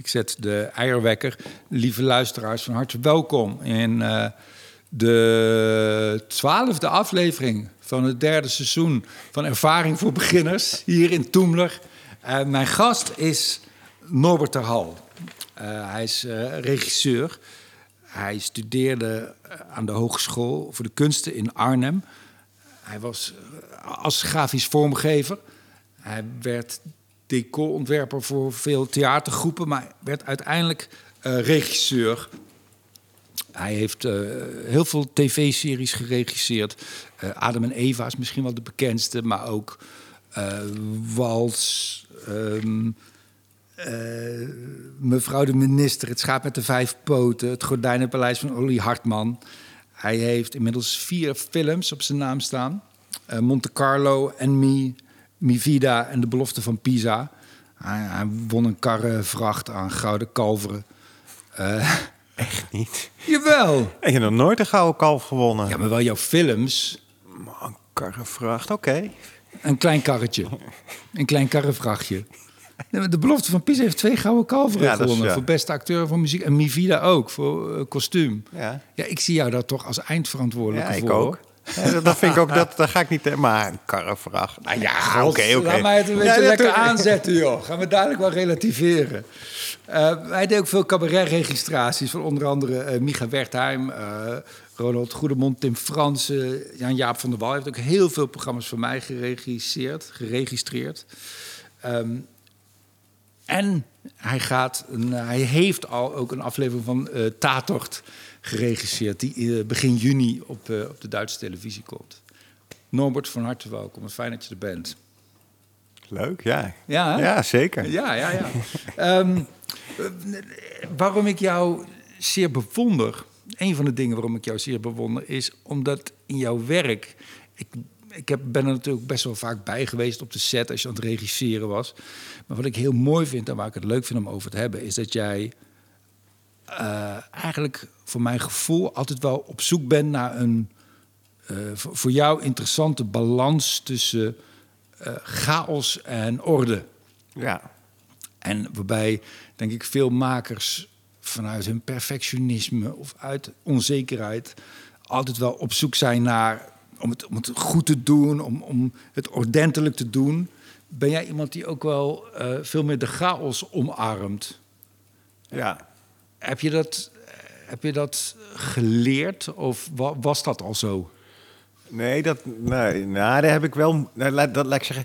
Ik zet de eierwekker. Lieve luisteraars, van harte welkom in de 12e aflevering van het 3e seizoen van Ervaring voor Beginners hier in Toemler. Mijn gast is Norbert ter Hal. Hij is regisseur. Hij studeerde aan de Hogeschool voor de Kunsten in Arnhem. Hij was als grafisch vormgever. Hij werd decorontwerper voor veel theatergroepen, maar werd uiteindelijk regisseur. Hij heeft heel veel tv-series geregisseerd. Adam en Eva is misschien wel de bekendste, maar ook Wals, Mevrouw de Minister, Het Schaap met de 5 Poten, Het Gordijnenpaleis van Olly Hartman. Hij heeft inmiddels 4 films op zijn naam staan. Monte Carlo, Me, Mi Vida en De Belofte van Pisa. Hij won een karrevracht aan Gouden Kalveren. Echt niet? Jawel. Ik heb nog nooit een Gouden Kalf gewonnen. Ja, maar wel jouw films. Een karrevracht, oké. Een klein karretje. Een klein karrevrachtje. De Belofte van Pisa heeft 2 Gouden Kalveren gewonnen. Voor beste acteur van muziek. En Mi Vida ook, voor kostuum. Ja, ik zie jou daar toch als eindverantwoordelijke voor. Ik ook. Ja, dat vind ik ook, daar ga ik niet... Maar een karrevracht. Nou ja, oké. Laat mij het een beetje lekker aanzetten, joh. Gaan we dadelijk wel relativeren. Hij deed ook veel cabaretregistraties van onder andere Micha Wertheim, Ronald Goedemond, Tim Fransen, Jan-Jaap van der Wal. Hij heeft ook heel veel programma's voor mij geregistreerd. En hij heeft al ook een aflevering van Tatort geregisseerd, die begin juni op de Duitse televisie komt. Norbert, van harte welkom. Wat fijn dat je er bent. Leuk, ja. Ja, zeker. Ja. Waarom ik jou zeer bewonder, een van de dingen waarom ik jou zeer bewonder, is omdat in jouw werk, ben er natuurlijk best wel vaak bij geweest op de set als je aan het regisseren was. Maar wat ik heel mooi vind en waar ik het leuk vind om over te hebben, is dat jij eigenlijk voor mijn gevoel altijd wel op zoek bent naar een voor jou interessante balans tussen chaos en orde. Ja. En waarbij, denk ik, veel makers vanuit hun perfectionisme of uit onzekerheid altijd wel op zoek zijn naar om het goed te doen, om het ordentelijk te doen. Ben jij iemand die ook wel veel meer de chaos omarmt? Ja. Heb je dat geleerd of was dat al zo? Nee, daar heb ik wel... Dat laat ik zeggen,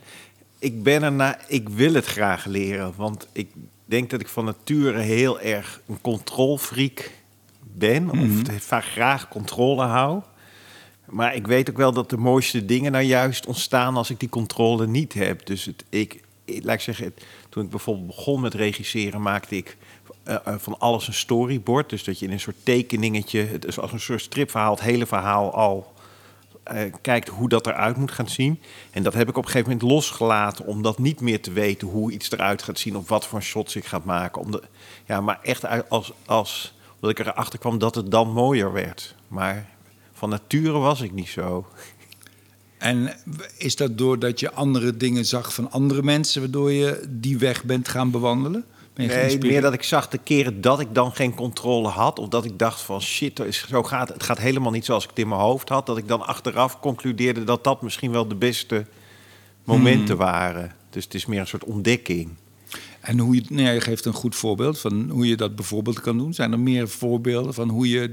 ik wil het graag leren. Want ik denk dat ik van nature heel erg een controlfreak ben. Mm-hmm. Of vaak graag controle hou. Maar ik weet ook wel dat de mooiste dingen nou juist ontstaan als ik die controle niet heb. Dus laat ik zeggen, toen ik bijvoorbeeld begon met regisseren, maakte ik van alles een storyboard. Dus dat je in een soort tekeningetje, dus als een soort stripverhaal, het hele verhaal al kijkt hoe dat eruit moet gaan zien. En dat heb ik op een gegeven moment losgelaten om dat niet meer te weten hoe iets eruit gaat zien of wat voor shots ik ga maken. Maar echt omdat ik erachter kwam dat het dan mooier werd. Maar van nature was ik niet zo. En is dat doordat je andere dingen zag van andere mensen, waardoor je die weg bent gaan bewandelen? Nee, meer dat ik zag de keren dat ik dan geen controle had, of dat ik dacht van shit, het gaat helemaal niet zoals ik het in mijn hoofd had, dat ik dan achteraf concludeerde dat dat misschien wel de beste momenten waren. Dus het is meer een soort ontdekking. En hoe je geeft een goed voorbeeld van hoe je dat bijvoorbeeld kan doen. Zijn er meer voorbeelden van hoe je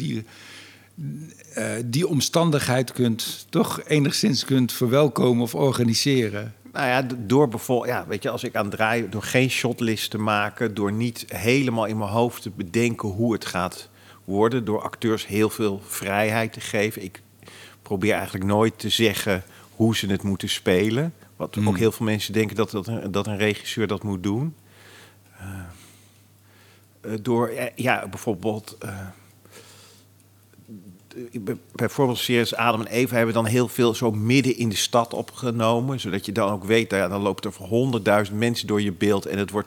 die omstandigheid toch enigszins kunt verwelkomen of organiseren? Nou ja, door bijvoorbeeld, weet je, als ik aan het draaien, door geen shotlist te maken, door niet helemaal in mijn hoofd te bedenken hoe het gaat worden, door acteurs heel veel vrijheid te geven. Ik probeer eigenlijk nooit te zeggen hoe ze het moeten spelen. Wat ook heel veel mensen denken dat een regisseur dat moet doen. Bijvoorbeeld... bijvoorbeeld series Adam en Eva hebben dan heel veel zo midden in de stad opgenomen, zodat je dan ook weet, dan loopt er 100.000 mensen door je beeld en het wordt,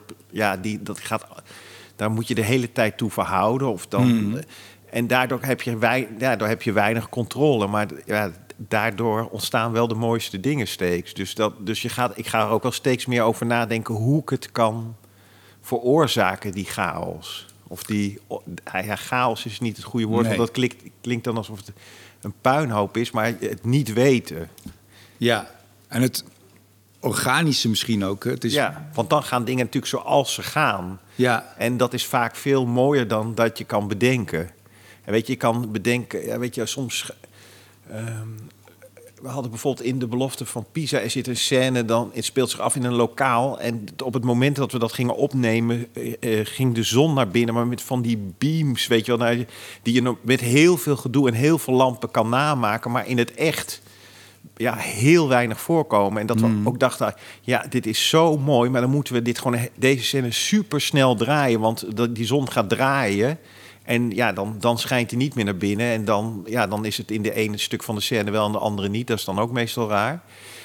daar moet je de hele tijd toe verhouden. Of dan, en daardoor heb je weinig controle, maar daardoor ontstaan wel de mooiste dingen steeds. Dus ik ga er ook wel steeds meer over nadenken hoe ik het kan veroorzaken die chaos. Of chaos is niet het goede woord, Nee. want dat klinkt dan alsof het een puinhoop is, maar het niet weten. Ja, en het organische misschien ook. Het is, Ja, want dan gaan dingen natuurlijk zoals ze gaan. ja, En dat is vaak veel mooier dan dat je kan bedenken. En weet je, je kan bedenken, ja, weet je, soms. We hadden bijvoorbeeld in de belofte van Pisa, er zit een scène, het speelt zich af in een lokaal. En op het moment dat we dat gingen opnemen, ging de zon naar binnen. Maar met van die beams, weet je wel, die je met heel veel gedoe en heel veel lampen kan namaken. Maar in het echt heel weinig voorkomen. En dat we ook dachten, ja, dit is zo mooi, maar dan moeten we deze scène super snel draaien. Want die zon gaat draaien. En ja, dan schijnt hij niet meer naar binnen. En dan is het in de ene stuk van de scène wel en de andere niet. Dat is dan ook meestal raar.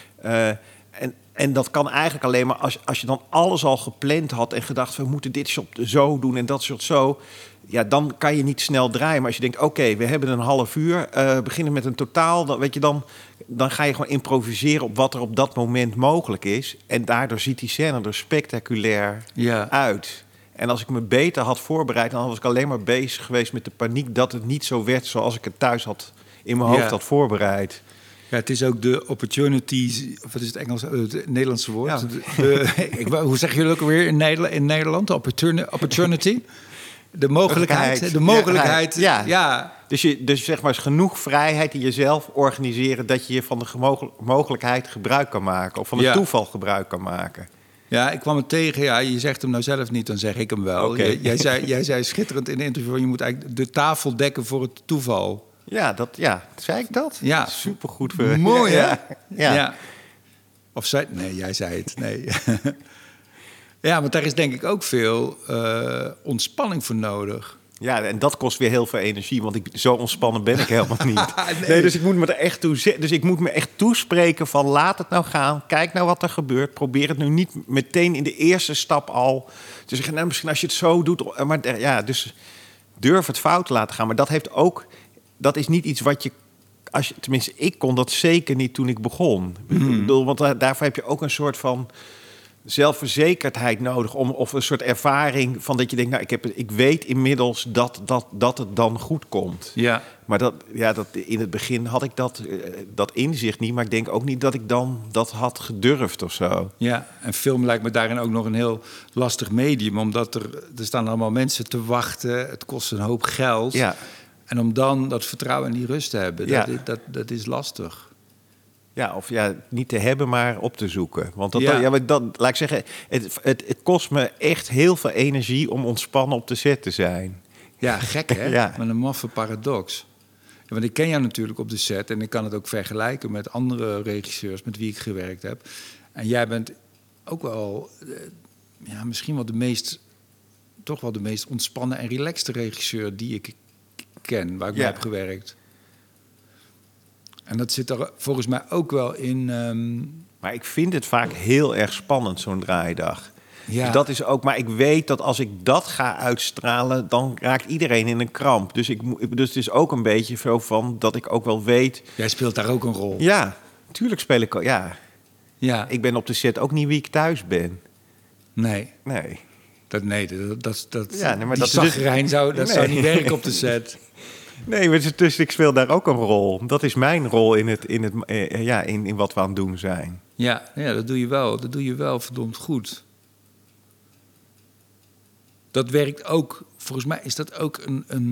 En dat kan eigenlijk alleen maar als je dan alles al gepland had en gedacht, we moeten dit shot zo doen en dat shot zo. Ja, dan kan je niet snel draaien. Maar als je denkt, oké, we hebben een half uur, beginnen met een totaal. Dan ga je gewoon improviseren op wat er op dat moment mogelijk is. En daardoor ziet die scène er spectaculair uit. En als ik me beter had voorbereid, dan was ik alleen maar bezig geweest met de paniek dat het niet zo werd zoals ik het thuis had in mijn hoofd had voorbereid. Ja, het is ook de opportunities, of wat is het Engels, het Nederlandse woord? Ja. Hoe zeg je dat ook alweer in Nederland? Opportunity? De mogelijkheid. De mogelijkheid. Ja. Dus zeg maar genoeg vrijheid in jezelf organiseren dat je van de mogelijkheid gebruik kan maken. Of van het toeval gebruik kan maken. Ja, ik kwam het tegen. Ja, je zegt hem nou zelf niet, dan zeg ik hem wel. Okay. Jij zei schitterend in een interview, je moet eigenlijk de tafel dekken voor het toeval. Ja, zei ik dat? Ja. Supergoed. Mooi, hè? Ja. Of zei... Nee, jij zei het. Nee. Ja, want daar is denk ik ook veel ontspanning voor nodig. Ja, en dat kost weer heel veel energie, want zo ontspannen ben ik helemaal niet. Nee, dus ik moet me er echt toe zetten. Dus ik moet me echt toespreken van laat het nou gaan. Kijk nou wat er gebeurt. Probeer het nu niet meteen in de eerste stap al te zeggen, nou, misschien als je het zo doet. Maar ja, dus durf het fout te laten gaan. Maar dat is niet iets wat je... Tenminste, ik kon dat zeker niet toen ik begon. Ik bedoel, want daarvoor heb je ook een soort van zelfverzekerdheid nodig, of een soort ervaring van dat je denkt, nou, ik weet inmiddels dat het dan goed komt. Ja. Maar dat in het begin had ik dat inzicht niet, maar ik denk ook niet dat ik dan dat had gedurfd of zo. Ja, en film lijkt me daarin ook nog een heel lastig medium, omdat er staan allemaal mensen te wachten, het kost een hoop geld. Ja. En om dan dat vertrouwen en die rust te hebben, dat is lastig. Ja, of niet te hebben, maar op te zoeken. Want laat ik zeggen, het kost me echt heel veel energie om ontspannen op de set te zijn. Ja, gek hè? Ja. Met een maffe paradox. Ja, want ik ken jou natuurlijk op de set en ik kan het ook vergelijken met andere regisseurs met wie ik gewerkt heb. En jij bent ook wel, misschien wel toch wel de meest ontspannen en relaxte regisseur die ik ken, waar ik mee heb gewerkt. En dat zit er volgens mij ook wel in. Maar ik vind het vaak heel erg spannend, zo'n draaidag. Ja. Dus dat is ook. Maar ik weet dat als ik dat ga uitstralen, dan raakt iedereen in een kramp. Dus het is ook een beetje zo van dat ik ook wel weet. Jij speelt daar ook een rol. Ja, tuurlijk speel ik ook. Ja. Ja. Ik ben op de set ook niet wie ik thuis ben. Nee. Nee. Maar die dat zagrijn zou niet werken op de set. Nee, dus ik speel daar ook een rol. Dat is mijn rol in wat we aan het doen zijn. Ja, dat doe je wel. Dat doe je wel verdomd goed. Dat werkt ook, volgens mij is dat ook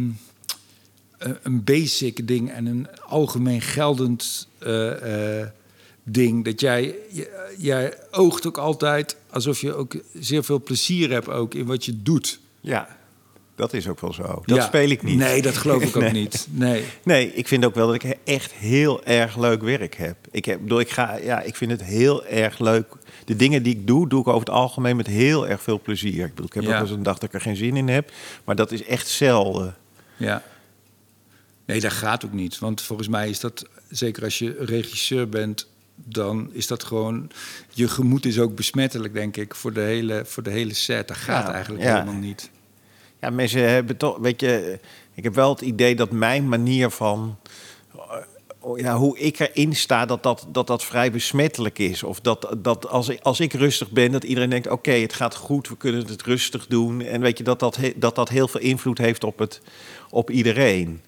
een basic ding en een algemeen geldend ding. Dat jij oogt ook altijd alsof je ook zeer veel plezier hebt ook in wat je doet. Ja. Dat is ook wel zo. Dat speel ik niet. Nee, dat geloof ik ook niet. Nee, ik vind ook wel dat ik echt heel erg leuk werk heb. Ik vind het heel erg leuk. De dingen die ik doe ik over het algemeen met heel erg veel plezier. Ik heb ook eens een dag dat ik er geen zin in heb. Maar dat is echt zelden. Ja. Nee, dat gaat ook niet. Want volgens mij is dat, zeker als je regisseur bent, dan is dat gewoon... Je gemoed is ook besmettelijk, denk ik, voor de hele set. Dat gaat eigenlijk helemaal niet. Ja, mensen hebben toch, weet je, ik heb wel het idee dat mijn manier van hoe ik erin sta, dat vrij besmettelijk is. Of dat als ik rustig ben, dat iedereen denkt, oké, het gaat goed, we kunnen het rustig doen. En weet je, dat heel veel invloed heeft op iedereen.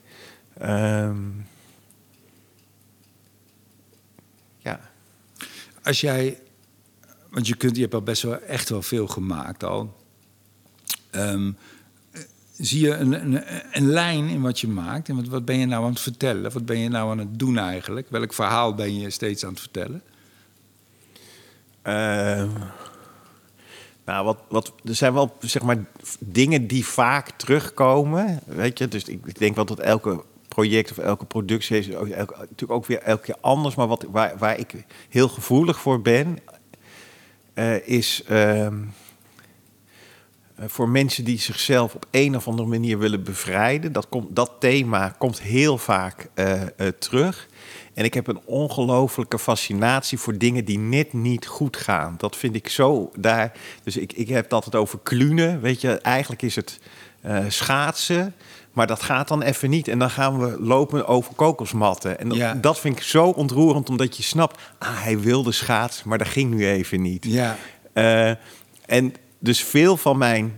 Ja. Als jij, want je hebt al best wel echt wel veel gemaakt al. Zie je een lijn in wat je maakt? En wat ben je nou aan het vertellen? Wat ben je nou aan het doen eigenlijk? Welk verhaal ben je steeds aan het vertellen? Nou, er zijn wel, zeg maar, dingen die vaak terugkomen. Weet je, dus ik denk wel dat elke project of elke productie is natuurlijk ook weer elke keer anders. Maar waar ik heel gevoelig voor ben, is voor mensen die zichzelf op een of andere manier willen bevrijden. Dat thema komt heel vaak terug. En ik heb een ongelofelijke fascinatie voor dingen die net niet goed gaan. Dat vind ik zo daar. Dus ik heb het altijd over klunen. Weet je, eigenlijk is het schaatsen. Maar dat gaat dan even niet. En dan gaan we lopen over kokosmatten. En dat vind ik zo ontroerend, omdat je snapt, hij wilde schaatsen, maar dat ging nu even niet. Ja. En dus veel van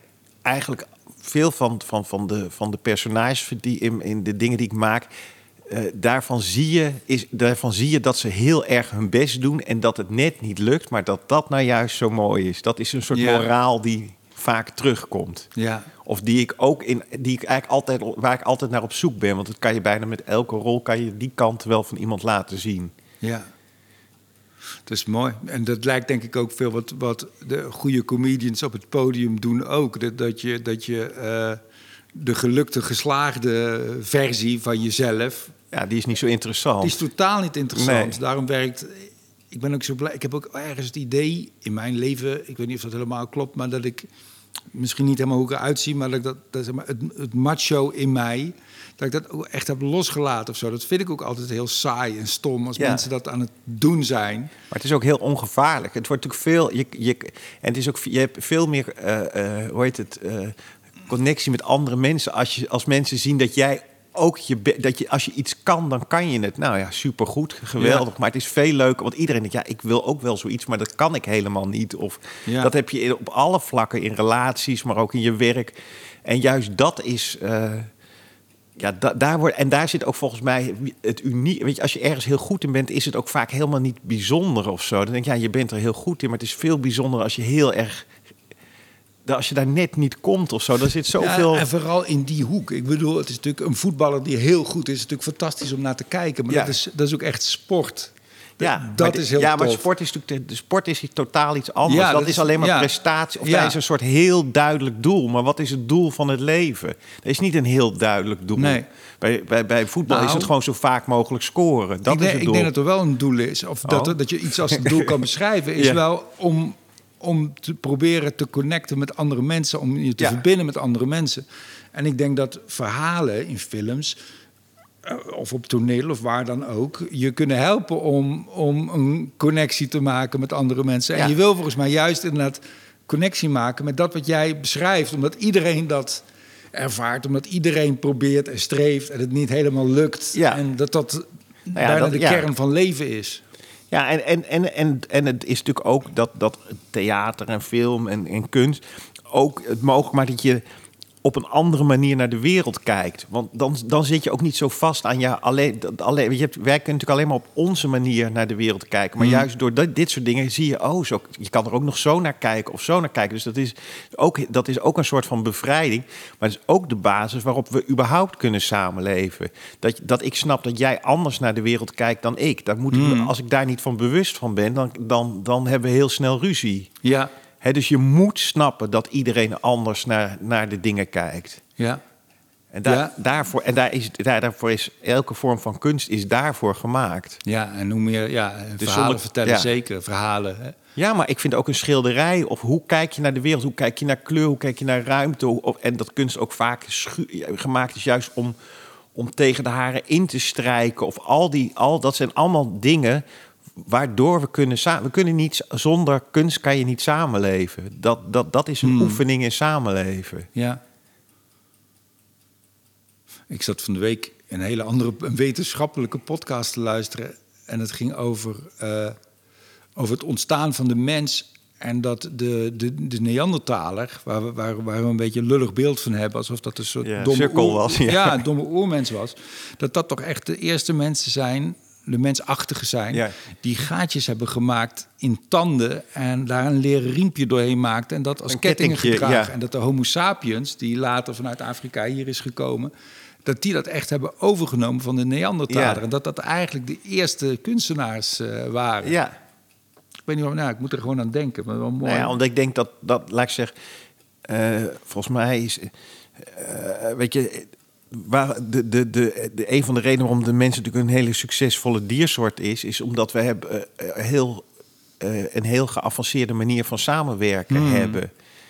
de personages die in de dingen die ik maak, daarvan zie je dat ze heel erg hun best doen en dat het net niet lukt, maar dat nou juist zo mooi is. Dat is een soort moraal die vaak terugkomt. Ja. Of waar ik altijd naar op zoek ben, want dat kan je bijna met elke rol kan je die kant wel van iemand laten zien. Ja. Dat is mooi. En dat lijkt denk ik ook veel wat de goede comedians op het podium doen ook. Dat je de gelukte, geslaagde versie van jezelf... Ja, die is niet zo interessant. Die is totaal niet interessant. Nee. Daarom werkt... Ik ben ook zo blij. Ik heb ook ergens het idee in mijn leven... Ik weet niet of dat helemaal klopt, maar dat ik... Misschien niet helemaal hoe ik eruit zie, maar dat zeg maar, het macho in mij... dat ik dat ook echt heb losgelaten of zo. Dat vind ik ook altijd heel saai en stom als mensen dat aan het doen zijn. Maar het is ook heel ongevaarlijk. Het wordt natuurlijk veel... en het is ook, je hebt veel meer connectie met andere mensen... als mensen zien dat jij ook als je iets kan, dan kan je het. Nou ja, supergoed, geweldig. Ja. Maar het is veel leuker, want iedereen denkt... ik wil ook wel zoiets, maar dat kan ik helemaal niet. Of dat heb je op alle vlakken, in relaties, maar ook in je werk. En juist dat is... daar zit ook volgens mij het uniek. Weet je, als je ergens heel goed in bent, is het ook vaak helemaal niet bijzonder of zo. Dan denk je, je bent er heel goed in, maar het is veel bijzonder als je heel erg... Als je daar net niet komt of zo, dan zit zoveel... Ja, en vooral in die hoek. Ik bedoel, het is natuurlijk een voetballer die heel goed is. Het is natuurlijk fantastisch om naar te kijken, maar dat is ook echt sport. Dat is heel tof. Maar sport is totaal iets anders. Ja, dat is alleen maar prestatie. Of dat is een soort heel duidelijk doel. Maar wat is het doel van het leven? Dat is niet een heel duidelijk doel. Nee. Bij voetbal is het gewoon zo vaak mogelijk scoren. Dat is het doel. Ik denk dat er wel een doel is. Of dat je iets als een doel kan beschrijven. Is wel om te proberen te connecten met andere mensen. Om je te verbinden met andere mensen. En ik denk dat verhalen in films... of op toneel of waar dan ook... je kunnen helpen om een connectie te maken met andere mensen. En je wil volgens mij juist inderdaad connectie maken... met dat wat jij beschrijft. Omdat iedereen dat ervaart. Omdat iedereen probeert en streeft... en het niet helemaal lukt. Ja. En dat bijna de kern van leven is. Ja, en het is natuurlijk ook dat theater en film en kunst... ook het mogelijk maakt dat je... op een andere manier naar de wereld kijkt. Want dan zit je ook niet zo vast aan wij kunnen natuurlijk alleen maar op onze manier naar de wereld kijken. Maar juist door dit soort dingen zie je... je kan er ook nog zo naar kijken of zo naar kijken. Dus dat is ook een soort van bevrijding. Maar het is ook de basis waarop we überhaupt kunnen samenleven. Dat ik snap dat jij anders naar de wereld kijkt dan ik. Als ik daar niet van bewust van ben, dan hebben we heel snel ruzie. Ja. Dus je moet snappen dat iedereen anders naar de dingen kijkt. Ja. En daarvoor is elke vorm van kunst is daarvoor gemaakt. Ja, en hoe meer verhalen vertellen, zeker verhalen. Hè? Ja, maar ik vind ook een schilderij... of hoe kijk je naar de wereld, hoe kijk je naar kleur... hoe kijk je naar ruimte... en dat kunst ook vaak gemaakt is juist om tegen de haren in te strijken... of dat zijn allemaal dingen... waardoor we kunnen niet... zonder kunst kan je niet samenleven. Dat is een oefening in samenleven. Ja. Ik zat van de week een hele andere, een wetenschappelijke podcast te luisteren. En het ging over het ontstaan van de mens. En dat de Neandertaler, waar we een beetje een lullig beeld van hebben, alsof dat een soort domme was. Ja, een domme oermens was. Dat toch echt de eerste mensen zijn, de mensachtige zijn, die gaatjes hebben gemaakt in tanden en daar een leren riempje doorheen maakten en dat als kettingen gedragen. Ja. En dat de Homo sapiens, die later vanuit Afrika hier is gekomen, dat die dat echt hebben overgenomen van de Neandertaler. En dat eigenlijk de eerste kunstenaars waren. Ja. Ik weet niet waarom, ik moet er gewoon aan denken. Maar wel mooi. Nou ja, omdat ik denk dat laat ik zeggen, volgens mij is, weet je, waar een van de redenen waarom de mens natuurlijk een hele succesvolle diersoort is omdat we hebben een heel geavanceerde manier van samenwerken hebben.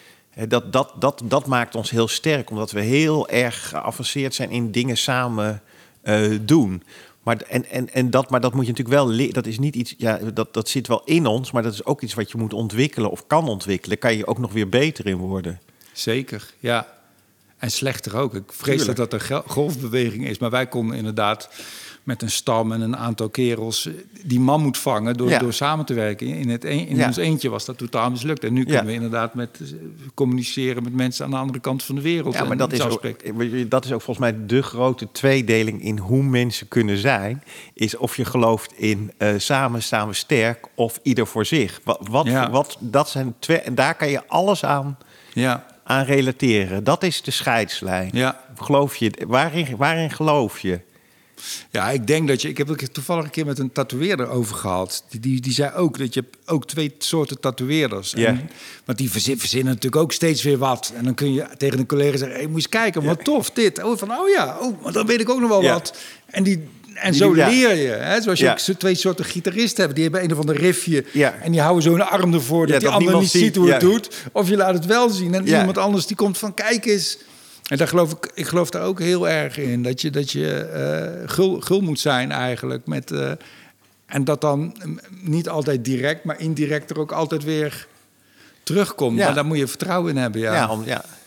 Dat maakt ons heel sterk, omdat we heel erg geavanceerd zijn in dingen samen doen. Maar dat moet je natuurlijk wel. Dat is niet iets. Ja, dat zit wel in ons, maar dat is ook iets wat je moet ontwikkelen of kan ontwikkelen. Kan je ook nog weer beter in worden. Zeker, ja. En slechter ook. Ik vrees dat een golfbeweging is, maar wij konden inderdaad met een stam en een aantal kerels die mammoet vangen door samen te werken. In ons eentje was dat totaal mislukt. En nu kunnen we inderdaad communiceren met mensen aan de andere kant van de wereld. Ja, maar dat is ook volgens mij de grote tweedeling in hoe mensen kunnen zijn. Is of je gelooft in samen staan we sterk of ieder voor zich. Dat zijn twee, en daar kan je alles aan relateren. Dat is de scheidslijn. Ja. Geloof je, waarin geloof je? Ja, ik denk dat ik heb het toevallig een keer met een tatoeëerder over gehad. Die zei ook dat je hebt ook twee soorten tatoeëerders. Yeah. Want die verzinnen natuurlijk ook steeds weer wat. En dan kun je tegen een collega zeggen, hey, moet je eens kijken, wat tof, dit. Maar dan weet ik ook nog wel wat. En zo leer je. Hè? Zoals je ook twee soorten gitaristen hebt. Die hebben een of ander riffje. Ja. En die houden zo'n arm ervoor dat die ander niet ziet hoe het doet. Of je laat het wel zien. En iemand anders die komt van, kijk eens. En daar ik geloof daar ook heel erg in. Dat je gul moet zijn eigenlijk. En dat dan niet altijd direct, maar indirect er ook altijd weer terugkomt. Ja. Maar daar moet je vertrouwen in hebben. Ja.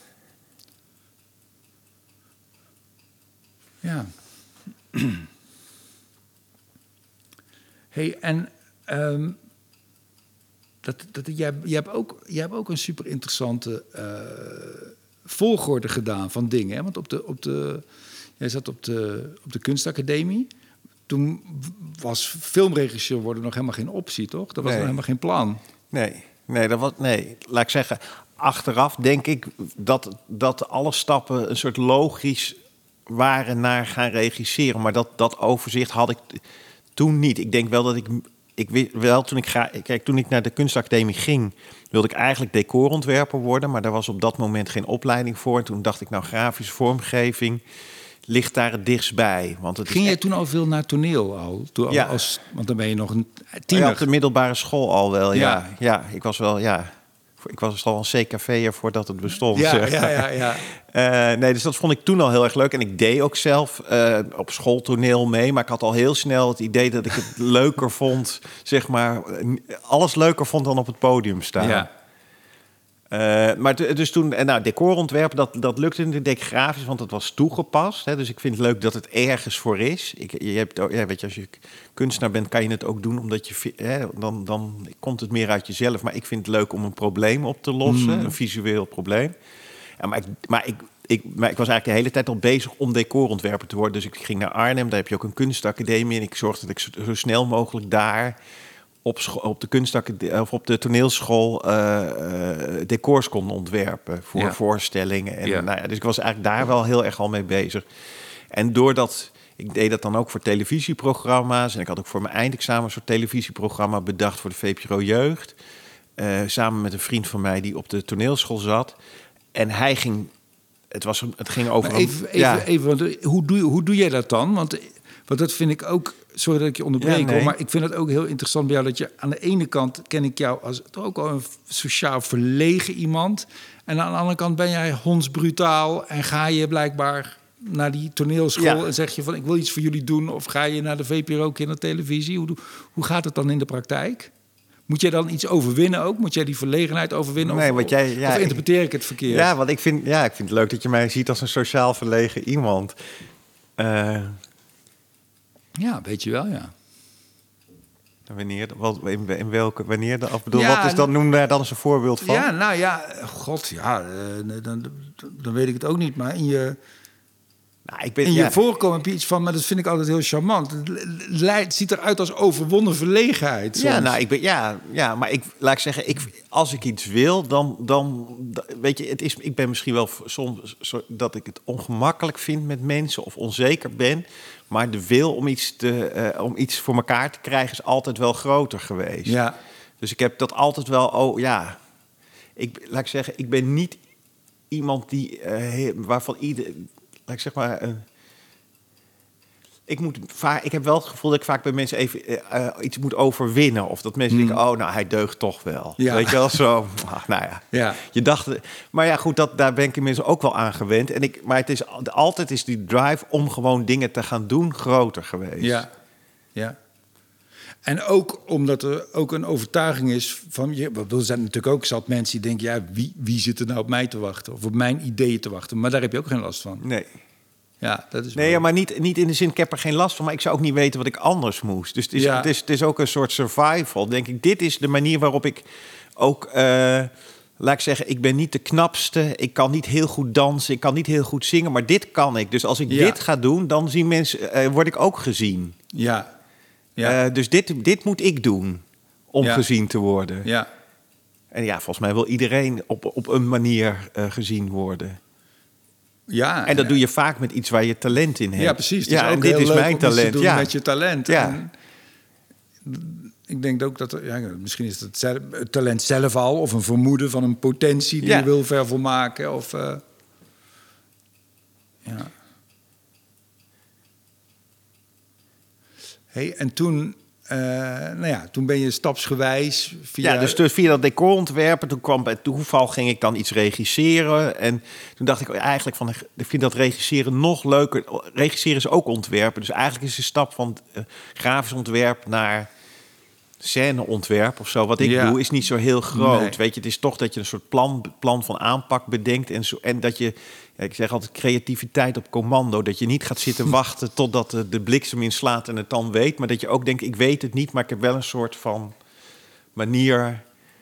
Hey, en je hebt ook een super interessante volgorde gedaan van dingen. Hè? Want jij zat op de kunstacademie. Toen was filmregisseur worden nog helemaal geen optie, toch? Dat was nog helemaal geen plan. Nee, laat ik zeggen, achteraf denk ik dat alle stappen een soort logisch waren naar gaan regisseren. Maar dat overzicht had ik toen niet. Ik denk wel dat toen ik naar de kunstacademie ging, wilde ik eigenlijk decorontwerper worden, maar daar was op dat moment geen opleiding voor. En toen dacht ik, grafische vormgeving ligt daar het dichtst bij. Ging jij toen al veel naar toneel al? Want dan ben je nog een tiener. Ja, op de middelbare school al wel, ja. Ik was al een CKV'er voordat het bestond. Dus dat vond ik toen al heel erg leuk. En ik deed ook zelf op schooltoneel mee. Maar ik had al heel snel het idee dat ik het leuker vond, zeg maar, alles leuker vond dan op het podium staan. Ja. Maar dus toen, decorontwerpen, dat lukte niet. Ik deed grafisch, want het was toegepast. Hè, dus ik vind het leuk dat het ergens voor is. Weet je, als je kunstenaar bent, kan je het ook doen, omdat dan komt het meer uit jezelf. Maar ik vind het leuk om een probleem op te lossen, een visueel probleem. Ja, maar ik was eigenlijk de hele tijd al bezig om decorontwerper te worden. Dus ik ging naar Arnhem, daar heb je ook een kunstacademie. En ik zorgde dat ik zo snel mogelijk daar op de kunstacademie of op de toneelschool decors kon ontwerpen voor voorstellingen. En dus ik was eigenlijk daar wel heel erg al mee bezig. En doordat ik deed dat dan ook voor televisieprogramma's, en ik had ook voor mijn eindexamen een soort televisieprogramma bedacht voor de VPRO Jeugd, samen met een vriend van mij die op de toneelschool zat. En hij ging, het ging over. Even, hoe doe jij dat dan? Want dat vind ik ook. Sorry dat ik je onderbreek, maar ik vind het ook heel interessant bij jou dat je aan de ene kant ken ik jou als ook al een sociaal verlegen iemand, en aan de andere kant ben jij hondsbrutaal en ga je blijkbaar naar die toneelschool en zeg je van ik wil iets voor jullie doen, of ga je naar de VPRO kindertelevisie? Hoe gaat het dan in de praktijk? Moet jij dan iets overwinnen ook? Moet jij die verlegenheid overwinnen? Of interpreteer ik het verkeerd? Ja, want ik vind het leuk dat je mij ziet als een sociaal verlegen iemand. Ja, weet je wel, ja. Wanneer? In welke? Wanneer? Ik bedoel, Ja, wat is dan? Noem daar dan eens een voorbeeld van. Ja, nou ja, god, ja, dan weet ik het ook niet. Maar in je voorkomen heb je iets van, maar dat vind ik altijd heel charmant. Het ziet eruit als overwonnen verlegenheid. Soms. Ja, nou, maar laat ik zeggen, als ik iets wil, dan weet je, ik ben misschien wel soms dat ik het ongemakkelijk vind met mensen of onzeker ben, maar de wil om iets voor elkaar te krijgen is altijd wel groter geweest. Ja. Dus ik heb dat altijd wel, laat ik zeggen, ik ben niet iemand die waarvan laat ik zeg maar. Ik heb wel het gevoel dat ik vaak bij mensen even iets moet overwinnen. Of dat mensen denken, oh, nou, hij deugt toch wel. Ja. Weet je wel, zo. Nou ja. Ja. Je dacht... Maar ja, goed, daar ben ik inmiddels ook wel aan gewend. Maar het is altijd die drive om gewoon dingen te gaan doen groter geweest. Ja, ja. En ook omdat er ook een overtuiging is van... Er zijn natuurlijk ook zat mensen die denken... ja, wie zit er nou op mij te wachten? Of op mijn ideeën te wachten? Maar daar heb je ook geen last van. Nee. Ja, dat is nee, ja, maar niet in de zin, ik heb er geen last van... maar ik zou ook niet weten wat ik anders moest. Dus het is ook een soort survival. Denk ik, dit is de manier waarop ik ook... laat ik zeggen, ik ben niet de knapste. Ik kan niet heel goed dansen. Ik kan niet heel goed zingen. Maar dit kan ik. Dus als ik dit ga doen, dan zien mensen... word ik ook gezien. Ja. Ja. Dus dit moet ik doen om gezien te worden. Ja. En ja, volgens mij wil iedereen op een manier gezien worden. Ja. En dat doe je vaak met iets waar je talent in hebt. Ja, precies. Het is ook en dit is mijn talent. Te doen met je talent. Ja. En ik denk ook dat misschien is het talent zelf al, of een vermoeden van een potentie die je wil vervolmaken. Of Hey, en toen, toen ben je stapsgewijs via... Ja, dus via dat decorontwerpen, toen kwam bij toeval, ging ik dan iets regisseren. En toen dacht ik eigenlijk van, ik vind dat regisseren nog leuker. Regisseren is ook ontwerpen. Dus eigenlijk is de stap van grafisch ontwerp naar scèneontwerp of zo. Wat ik doe, is niet zo heel groot. Nee. Weet je, het is toch dat je een soort plan van aanpak bedenkt. En dat je... Ja, ik zeg altijd creativiteit op commando. Dat je niet gaat zitten wachten totdat de bliksem inslaat en het dan weet. Maar dat je ook denkt, ik weet het niet, maar ik heb wel een soort van manier...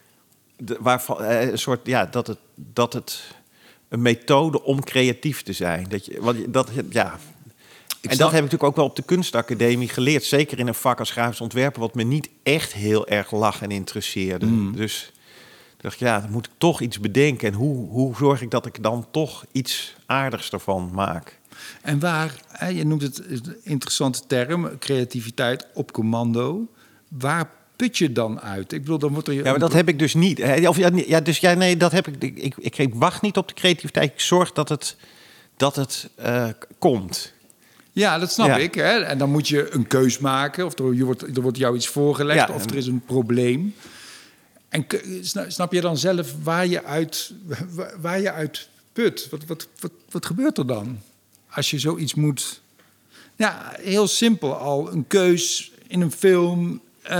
dat het een methode om creatief te zijn. En dat heb ik natuurlijk ook wel op de kunstacademie geleerd. Zeker in een vak als grafisch ontwerper, wat me niet echt heel erg lag en interesseerde. Dus... dacht dan moet ik toch iets bedenken. En hoe zorg ik dat ik dan toch iets aardigs ervan maak? En je noemt het een interessante term, creativiteit op commando. Waar put je dan uit? Ik bedoel, dan wordt er... Ja, maar dat heb ik dus niet. Dat heb ik. Ik wacht niet op de creativiteit. Ik zorg dat het komt. Ja, dat snap ik. Hè? En dan moet je een keus maken. Of er wordt jou iets voorgelegd. Of er is een probleem. En snap je dan zelf waar je uit put? Wat gebeurt er dan? Als je zoiets moet... Ja, heel simpel al. Een keus in een film.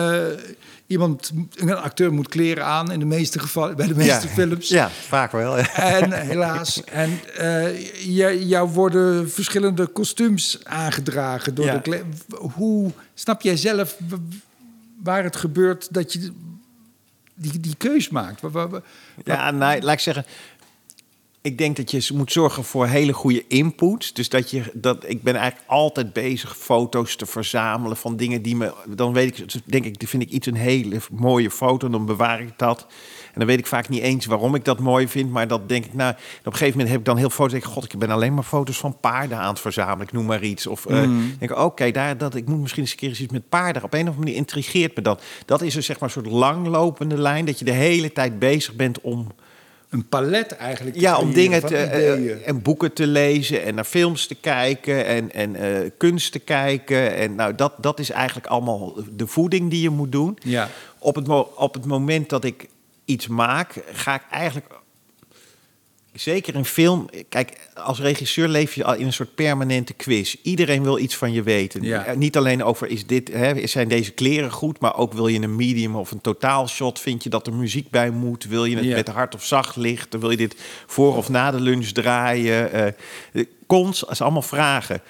Een acteur moet kleren aan in de meeste gevallen, bij de meeste films. Ja, vaak wel. Ja. En helaas. En jou worden verschillende kostuums aangedragen. Door hoe snap jij zelf waar het gebeurt dat je... Die keus maakt. Laat ik zeggen... Ik denk dat je moet zorgen voor hele goede input. Dus ik ben eigenlijk altijd bezig foto's te verzamelen van dingen die me... Dan weet ik, vind ik iets een hele mooie foto, dan bewaar ik dat. En dan weet ik vaak niet eens waarom ik dat mooi vind. Maar dat denk ik, op een gegeven moment heb ik dan heel foto's. Denk ik, god, ik ben alleen maar foto's van paarden aan het verzamelen. Ik noem maar iets. Of denk ik, oké, ik moet misschien eens een keer iets met paarden. Op een of andere manier intrigeert me dat. Dat is dus zeg maar een soort langlopende lijn. Dat je de hele tijd bezig bent om... Een palet eigenlijk. Ja, om dingen en boeken te lezen en naar films te kijken en kunst te kijken. En dat is eigenlijk allemaal de voeding die je moet doen. Ja. Op het moment dat ik iets maak, ga ik eigenlijk... Zeker in film... Kijk, als regisseur leef je al in een soort permanente quiz. Iedereen wil iets van je weten. Ja. Niet alleen over, zijn deze kleren goed... maar ook wil je een medium of een totaalshot... vind je dat er muziek bij moet? Wil je het met hard of zacht licht? Dan wil je dit voor of na de lunch draaien? Cons, dat is allemaal vragen.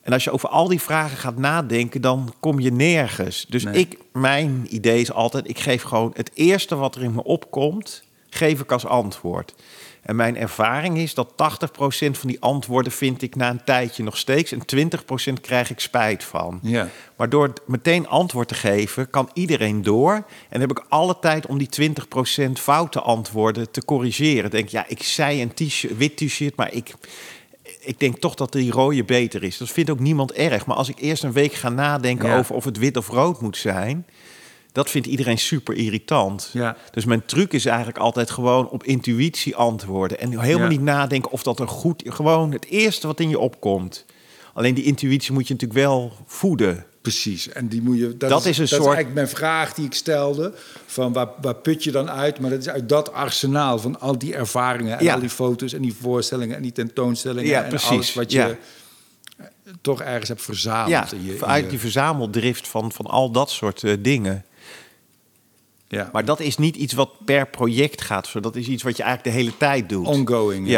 En als je over al die vragen gaat nadenken, dan kom je nergens. Dus mijn idee is altijd, ik geef gewoon het eerste wat er in me opkomt, geef ik als antwoord. En mijn ervaring is dat 80% van die antwoorden vind ik na een tijdje nog steeds en 20% krijg ik spijt van. Ja. Maar door meteen antwoord te geven, kan iedereen door. En dan heb ik alle tijd om die 20% foute antwoorden te corrigeren. Denk, ja, ik zei een wit t-shirt, maar ik denk toch dat die rode beter is. Dat vindt ook niemand erg. Maar als ik eerst een week ga nadenken over of het wit of rood moet zijn, dat vindt iedereen super irritant. Ja. Dus mijn truc is eigenlijk altijd gewoon op intuïtie antwoorden. En helemaal niet nadenken of dat er goed... Gewoon het eerste wat in je opkomt. Alleen die intuïtie moet je natuurlijk wel voeden. Precies, en die moet je. Dat is eigenlijk mijn vraag die ik stelde. Van waar put je dan uit? Maar dat is uit dat arsenaal van al die ervaringen en al die foto's en die voorstellingen en die tentoonstellingen en precies. alles wat je toch ergens hebt verzameld. Ja, uit die verzameldrift van al dat soort dingen. Ja. Maar dat is niet iets wat per project gaat. Dat is iets wat je eigenlijk de hele tijd doet. Ongoing,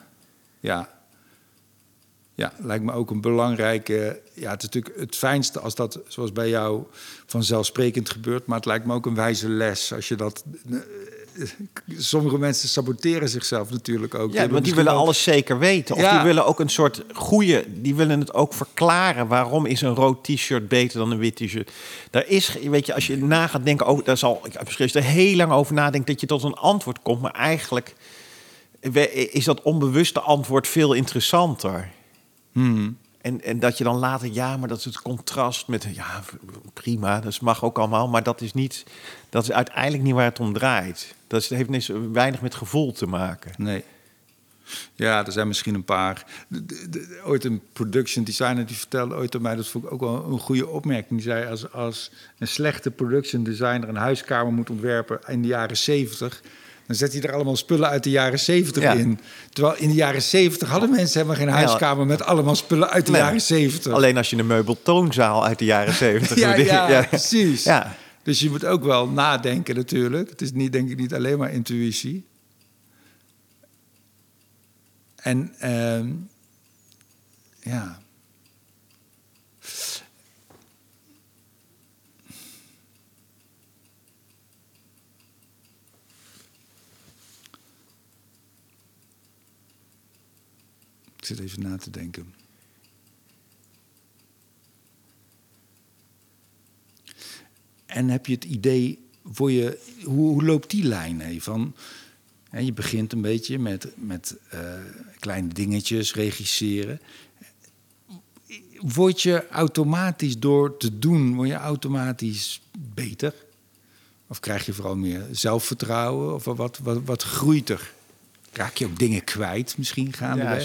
Ja, lijkt me ook een belangrijke. Ja, het is natuurlijk het fijnste als dat, zoals bij jou, vanzelfsprekend gebeurt. Maar het lijkt me ook een wijze les als je dat. Sommige mensen saboteren zichzelf natuurlijk ook. Ja, want die willen alles zeker weten. Of die willen ook een soort goede. Die willen het ook verklaren. Waarom is een rood t-shirt beter dan een wit t-shirt? Daar is, weet je, als je na gaat denken, daar zal ik misschien er heel lang over nadenken dat je tot een antwoord komt. Maar eigenlijk is dat onbewuste antwoord veel interessanter. En dat je dan later, maar dat is het contrast met, prima, dat mag ook allemaal, maar dat is uiteindelijk niet waar het om draait. Dat heeft weinig met gevoel te maken. Nee. Ja, er zijn misschien een paar. Ooit een production designer die vertelde ooit aan mij, dat vond ik ook wel een goede opmerking. Die zei, als een slechte production designer een huiskamer moet ontwerpen in de jaren 70... dan zet hij er allemaal spullen uit de jaren 70 in. Terwijl in de jaren 70 hadden mensen helemaal geen huiskamer met allemaal spullen uit de jaren 70. Alleen als je een meubeltoonzaal uit de jaren 70... precies. Ja. Dus je moet ook wel nadenken natuurlijk. Het is niet, denk ik, niet alleen maar intuïtie. En ik zit even na te denken. En heb je het idee voor je, hoe loopt die lijn heen? Van, je begint een beetje met kleine dingetjes, regisseren. Word je automatisch door te doen, word je automatisch beter? Of krijg je vooral meer zelfvertrouwen? Of wat groeit er? Raak je ook dingen kwijt misschien gaandeweg?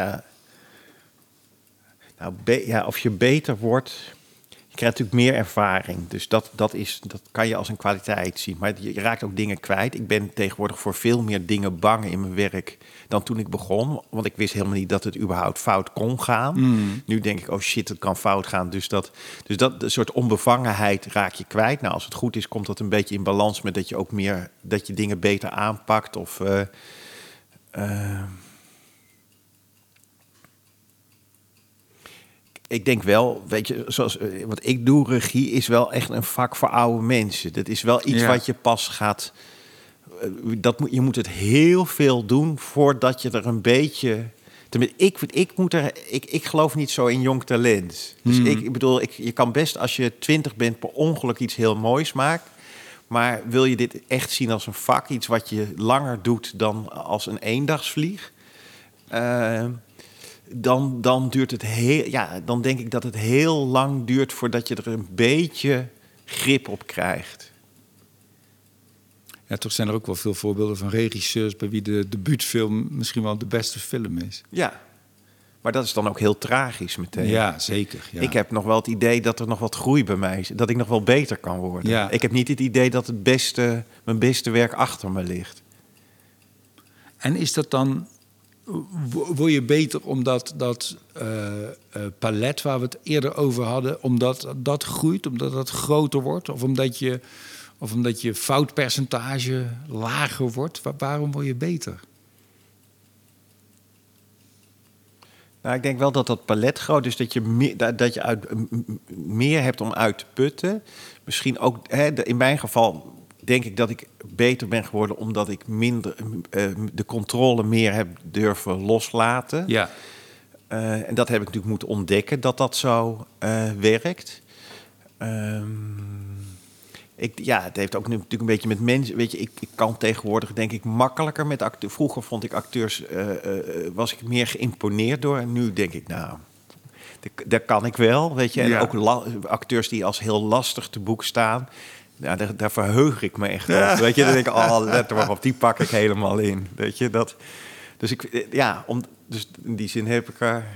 Nou, of je beter wordt. Je krijgt natuurlijk meer ervaring. Dus dat kan je als een kwaliteit zien. Maar je raakt ook dingen kwijt. Ik ben tegenwoordig voor veel meer dingen bang in mijn werk dan toen ik begon. Want ik wist helemaal niet dat het überhaupt fout kon gaan. Nu denk ik, oh shit, het kan fout gaan. Dus dat soort onbevangenheid raak je kwijt. Nou, als het goed is, komt dat een beetje in balans met dat je ook meer, dat je dingen beter aanpakt. Of ik denk wel, weet je, zoals wat ik doe, regie is wel echt een vak voor oude mensen. Dat is wel iets wat je pas gaat. Je moet het heel veel doen voordat je er een beetje. Ik geloof niet zo in jong talent. Dus ik bedoel, je kan best als je 20 bent per ongeluk iets heel moois maken. Maar wil je dit echt zien als een vak, iets wat je langer doet dan als een eendagsvlieg? Dan duurt het dan denk ik dat het heel lang duurt voordat je er een beetje grip op krijgt. Ja, toch zijn er ook wel veel voorbeelden van regisseurs bij wie de debuutfilm misschien wel de beste film is. Ja, maar dat is dan ook heel tragisch meteen. Ja, zeker. Ja. Ik heb nog wel het idee dat er nog wat groei bij mij is. Dat ik nog wel beter kan worden. Ja. Ik heb niet het idee dat mijn beste werk achter me ligt. En is dat dan... Word je beter omdat dat palet waar we het eerder over hadden, omdat dat groeit, omdat dat groter wordt? Of omdat je foutpercentage lager wordt? Waarom word je beter? Nou, ik denk wel dat dat palet groot is, dat je meer hebt om uit te putten. Misschien ook, in mijn geval denk ik dat ik beter ben geworden omdat ik minder de controle meer heb durven loslaten. Ja. En dat heb ik natuurlijk moeten ontdekken dat dat zo werkt. Het heeft ook natuurlijk een beetje met mensen. Weet je, ik kan tegenwoordig denk ik makkelijker met acteurs. Vroeger vond ik acteurs, was ik meer geïmponeerd door. En nu denk ik, nou, daar kan ik wel. Weet je, en ook acteurs die als heel lastig te boek staan. Ja, daar verheug ik me echt op. Weet je, dan denk ik, let er maar op, die pak ik helemaal in. Weet je, dat. Dus dus in die zin heb ik er.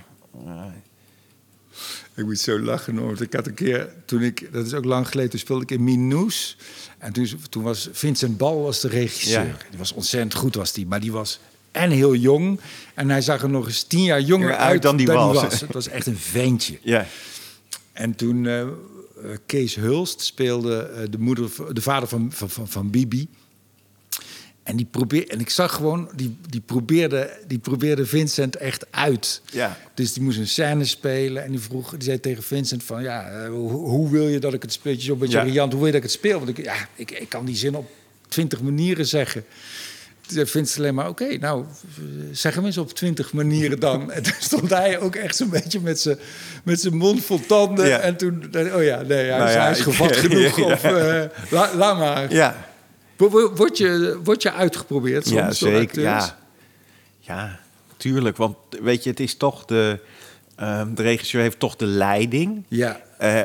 Ik moet zo lachen, hoor. Want ik had een keer, dat is ook lang geleden, toen speelde ik in Minoes. En toen was Vincent Bal was de regisseur. Ja. Die was ontzettend goed, maar die was en heel jong. En hij zag er nog eens 10 jaar jonger uit dan die was. Het was echt een ventje. Ja. En toen Kees Hulst speelde de vader van Bibi. En ik zag gewoon, die probeerde Vincent echt uit. Ja. Dus die moest een scène spelen. En die zei tegen Vincent van, hoe wil je dat ik het speel? Zo een beetje riant, hoe wil je dat ik het speel? Want ik kan die zin op 20 manieren zeggen. Toen zei Vincent alleen maar, oké, nou, zeg hem eens op 20 manieren dan. En toen stond hij ook echt zo'n beetje met zijn mond vol tanden. Ja. En toen dacht ik, hij is gevat genoeg. Of laat maar. Ja. Word je uitgeprobeerd soms? Ja, zeker. Ja, tuurlijk. Want weet je, het is toch de regisseur heeft toch de leiding. Ja.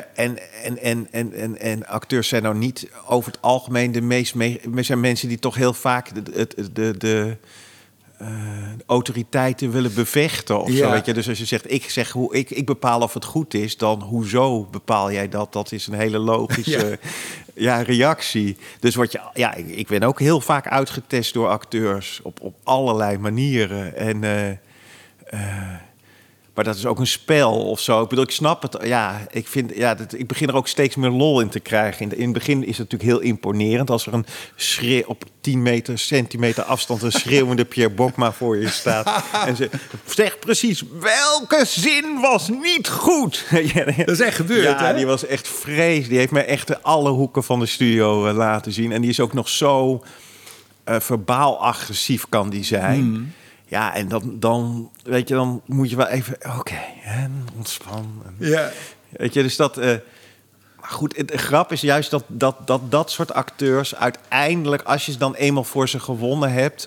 En acteurs zijn nou niet over het algemeen zijn mensen die toch heel vaak de autoriteiten willen bevechten of zo. Weet je? Dus als je zegt, ik bepaal of het goed is, dan hoezo bepaal jij dat? Dat is een hele logische reactie. Dus ik ben ook heel vaak uitgetest door acteurs op allerlei manieren. En maar dat is ook een spel of zo. Ik bedoel, ik snap het. Ja, ik begin er ook steeds meer lol in te krijgen. In het begin is het natuurlijk heel imponerend als er een op 10 centimeter afstand een schreeuwende Pierre Bokma voor je staat. En ze zegt precies welke zin was niet goed. Dat is echt gebeurd, hè? Die was echt vreselijk. Die heeft mij echt alle hoeken van de studio laten zien. En die is ook nog zo verbaal agressief kan die zijn. Ja, en dan weet je, dan moet je wel even, en ontspannen. Ja. Weet je, dus dat. Maar goed, de grap is juist dat soort acteurs uiteindelijk, als je dan eenmaal voor ze gewonnen hebt,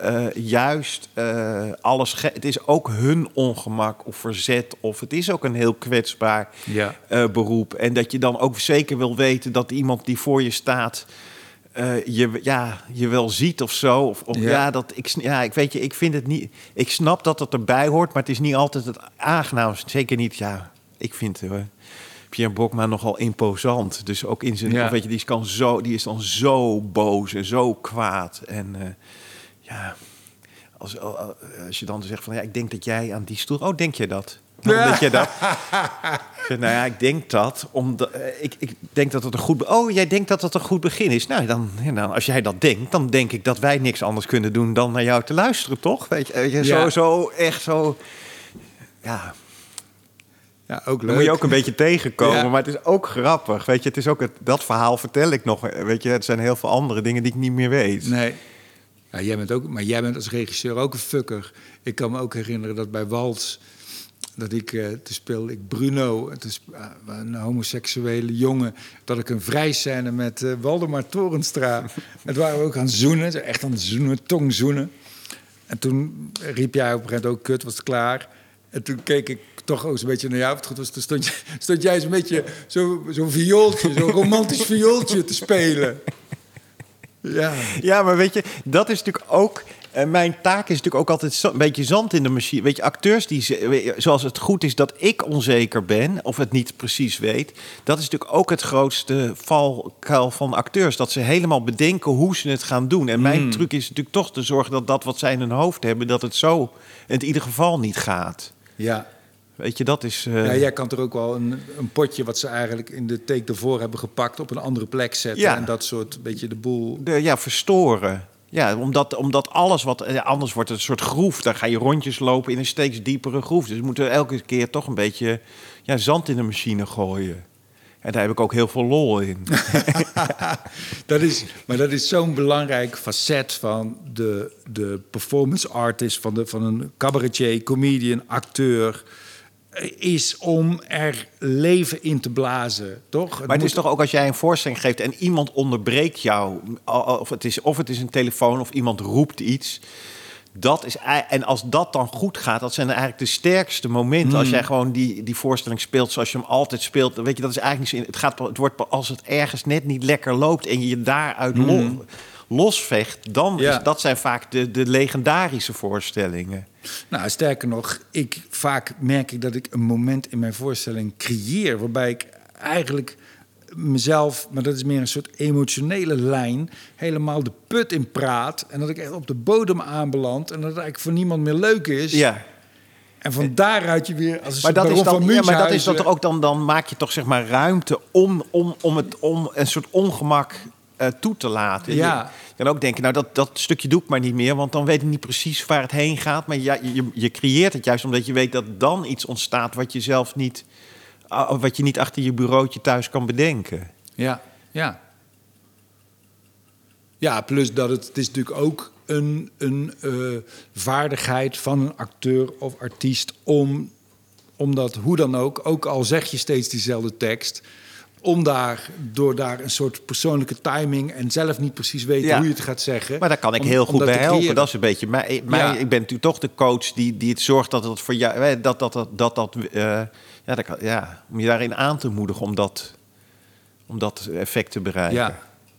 alles. Het is ook hun ongemak of verzet, of het is ook een heel kwetsbaar beroep. En dat je dan ook zeker wil weten dat iemand die voor je staat je wel ziet of zo. Ik vind het niet. Ik snap dat het erbij hoort, maar het is niet altijd het aangenaamste. Zeker niet. Ja, ik vind Pierre Bokma nogal imposant. Dus ook in zijn. Weet je, die is dan zo boos en zo kwaad. En als je dan zegt van ik denk dat jij aan die stoel. Oh, denk je dat? Waarom denk je dat? Ik denk dat omdat ik denk dat het een goed. Jij denkt dat het een goed begin is. Nou, dan als jij dat denkt, dan denk ik dat wij niks anders kunnen doen dan naar jou te luisteren, toch? Weet je, zo echt zo. Ja. Ja, ook leuk. Dan moet je ook een beetje tegenkomen, maar het is ook grappig. Weet je, het is ook dat verhaal vertel ik nog. Weet je, het zijn heel veel andere dingen die ik niet meer weet. Nee. Ja, jij bent als regisseur ook een fucker. Ik kan me ook herinneren dat bij Waltz, dat toen speelde ik Bruno, een homoseksuele jongen, dat ik een vrijscène met Waldemar Torenstra. Het waren we ook aan het zoenen, echt aan het zoenen, tongzoenen. En toen riep jij op een gegeven moment ook, kut, was het klaar. En toen keek ik toch ook zo'n beetje naar jou. Toen stond jij zo'n beetje zo'n viooltje, zo'n romantisch viooltje te spelen. Ja, maar weet je, dat is natuurlijk ook. Mijn taak is natuurlijk ook altijd een beetje zand in de machine. Weet je, acteurs zoals het goed is dat ik onzeker ben of het niet precies weet. Dat is natuurlijk ook het grootste valkuil van acteurs. Dat ze helemaal bedenken hoe ze het gaan doen. En mijn truc is natuurlijk toch te zorgen dat wat zij in hun hoofd hebben, dat het zo in ieder geval niet gaat. Ja. Weet je, dat is. Jij kan er ook wel een potje wat ze eigenlijk in de take ervoor hebben gepakt op een andere plek zetten. Ja. En dat soort beetje de boel. Verstoren. Ja, omdat alles wat... anders wordt het een soort groef. Dan ga je rondjes lopen in een steeds diepere groef. Dus we moeten elke keer toch een beetje zand in de machine gooien. En daar heb ik ook heel veel lol in. dat is zo'n belangrijk facet van de performance artist... van een cabaretier, comedian, acteur... is om er leven in te blazen, toch? Maar het is toch ook als jij een voorstelling geeft... en iemand onderbreekt jou... of het is een telefoon of iemand roept iets... En als dat dan goed gaat, dat zijn eigenlijk de sterkste momenten. Als jij gewoon die voorstelling speelt zoals je hem altijd speelt... weet je, dat is eigenlijk niet zo... Het wordt als het ergens net niet lekker loopt... en je daaruit losvecht... dat zijn vaak de legendarische voorstellingen. Nou, sterker nog, vaak merk ik dat ik een moment in mijn voorstelling creëer... waarbij ik eigenlijk mezelf, maar dat is meer een soort emotionele lijn... helemaal de put in praat... en dat ik echt op de bodem aanbeland... en dat het eigenlijk voor niemand meer leuk is... Ja. En van daaruit je weer als een maar soort Baron van Münchhausen... maar dat is dat ook dan maak je toch zeg maar ruimte om een soort ongemak toe te laten. Ja. Je kan ook denken, nou dat stukje doe ik maar niet meer... want dan weet ik niet precies waar het heen gaat. Maar je creëert het juist omdat je weet dat dan iets ontstaat... wat je zelf niet... wat je niet achter je bureautje thuis kan bedenken. Ja. Ja, plus dat het is natuurlijk ook een vaardigheid van een acteur of artiest... om dat, hoe dan ook al zeg je steeds diezelfde tekst... door daar een soort persoonlijke timing... en zelf niet precies weten hoe je het gaat zeggen. Maar daar kan ik heel goed bij helpen. Dat is een beetje... Ik ben natuurlijk toch de coach die het zorgt dat het voor jou... om je daarin aan te moedigen om dat effect te bereiken. Ja.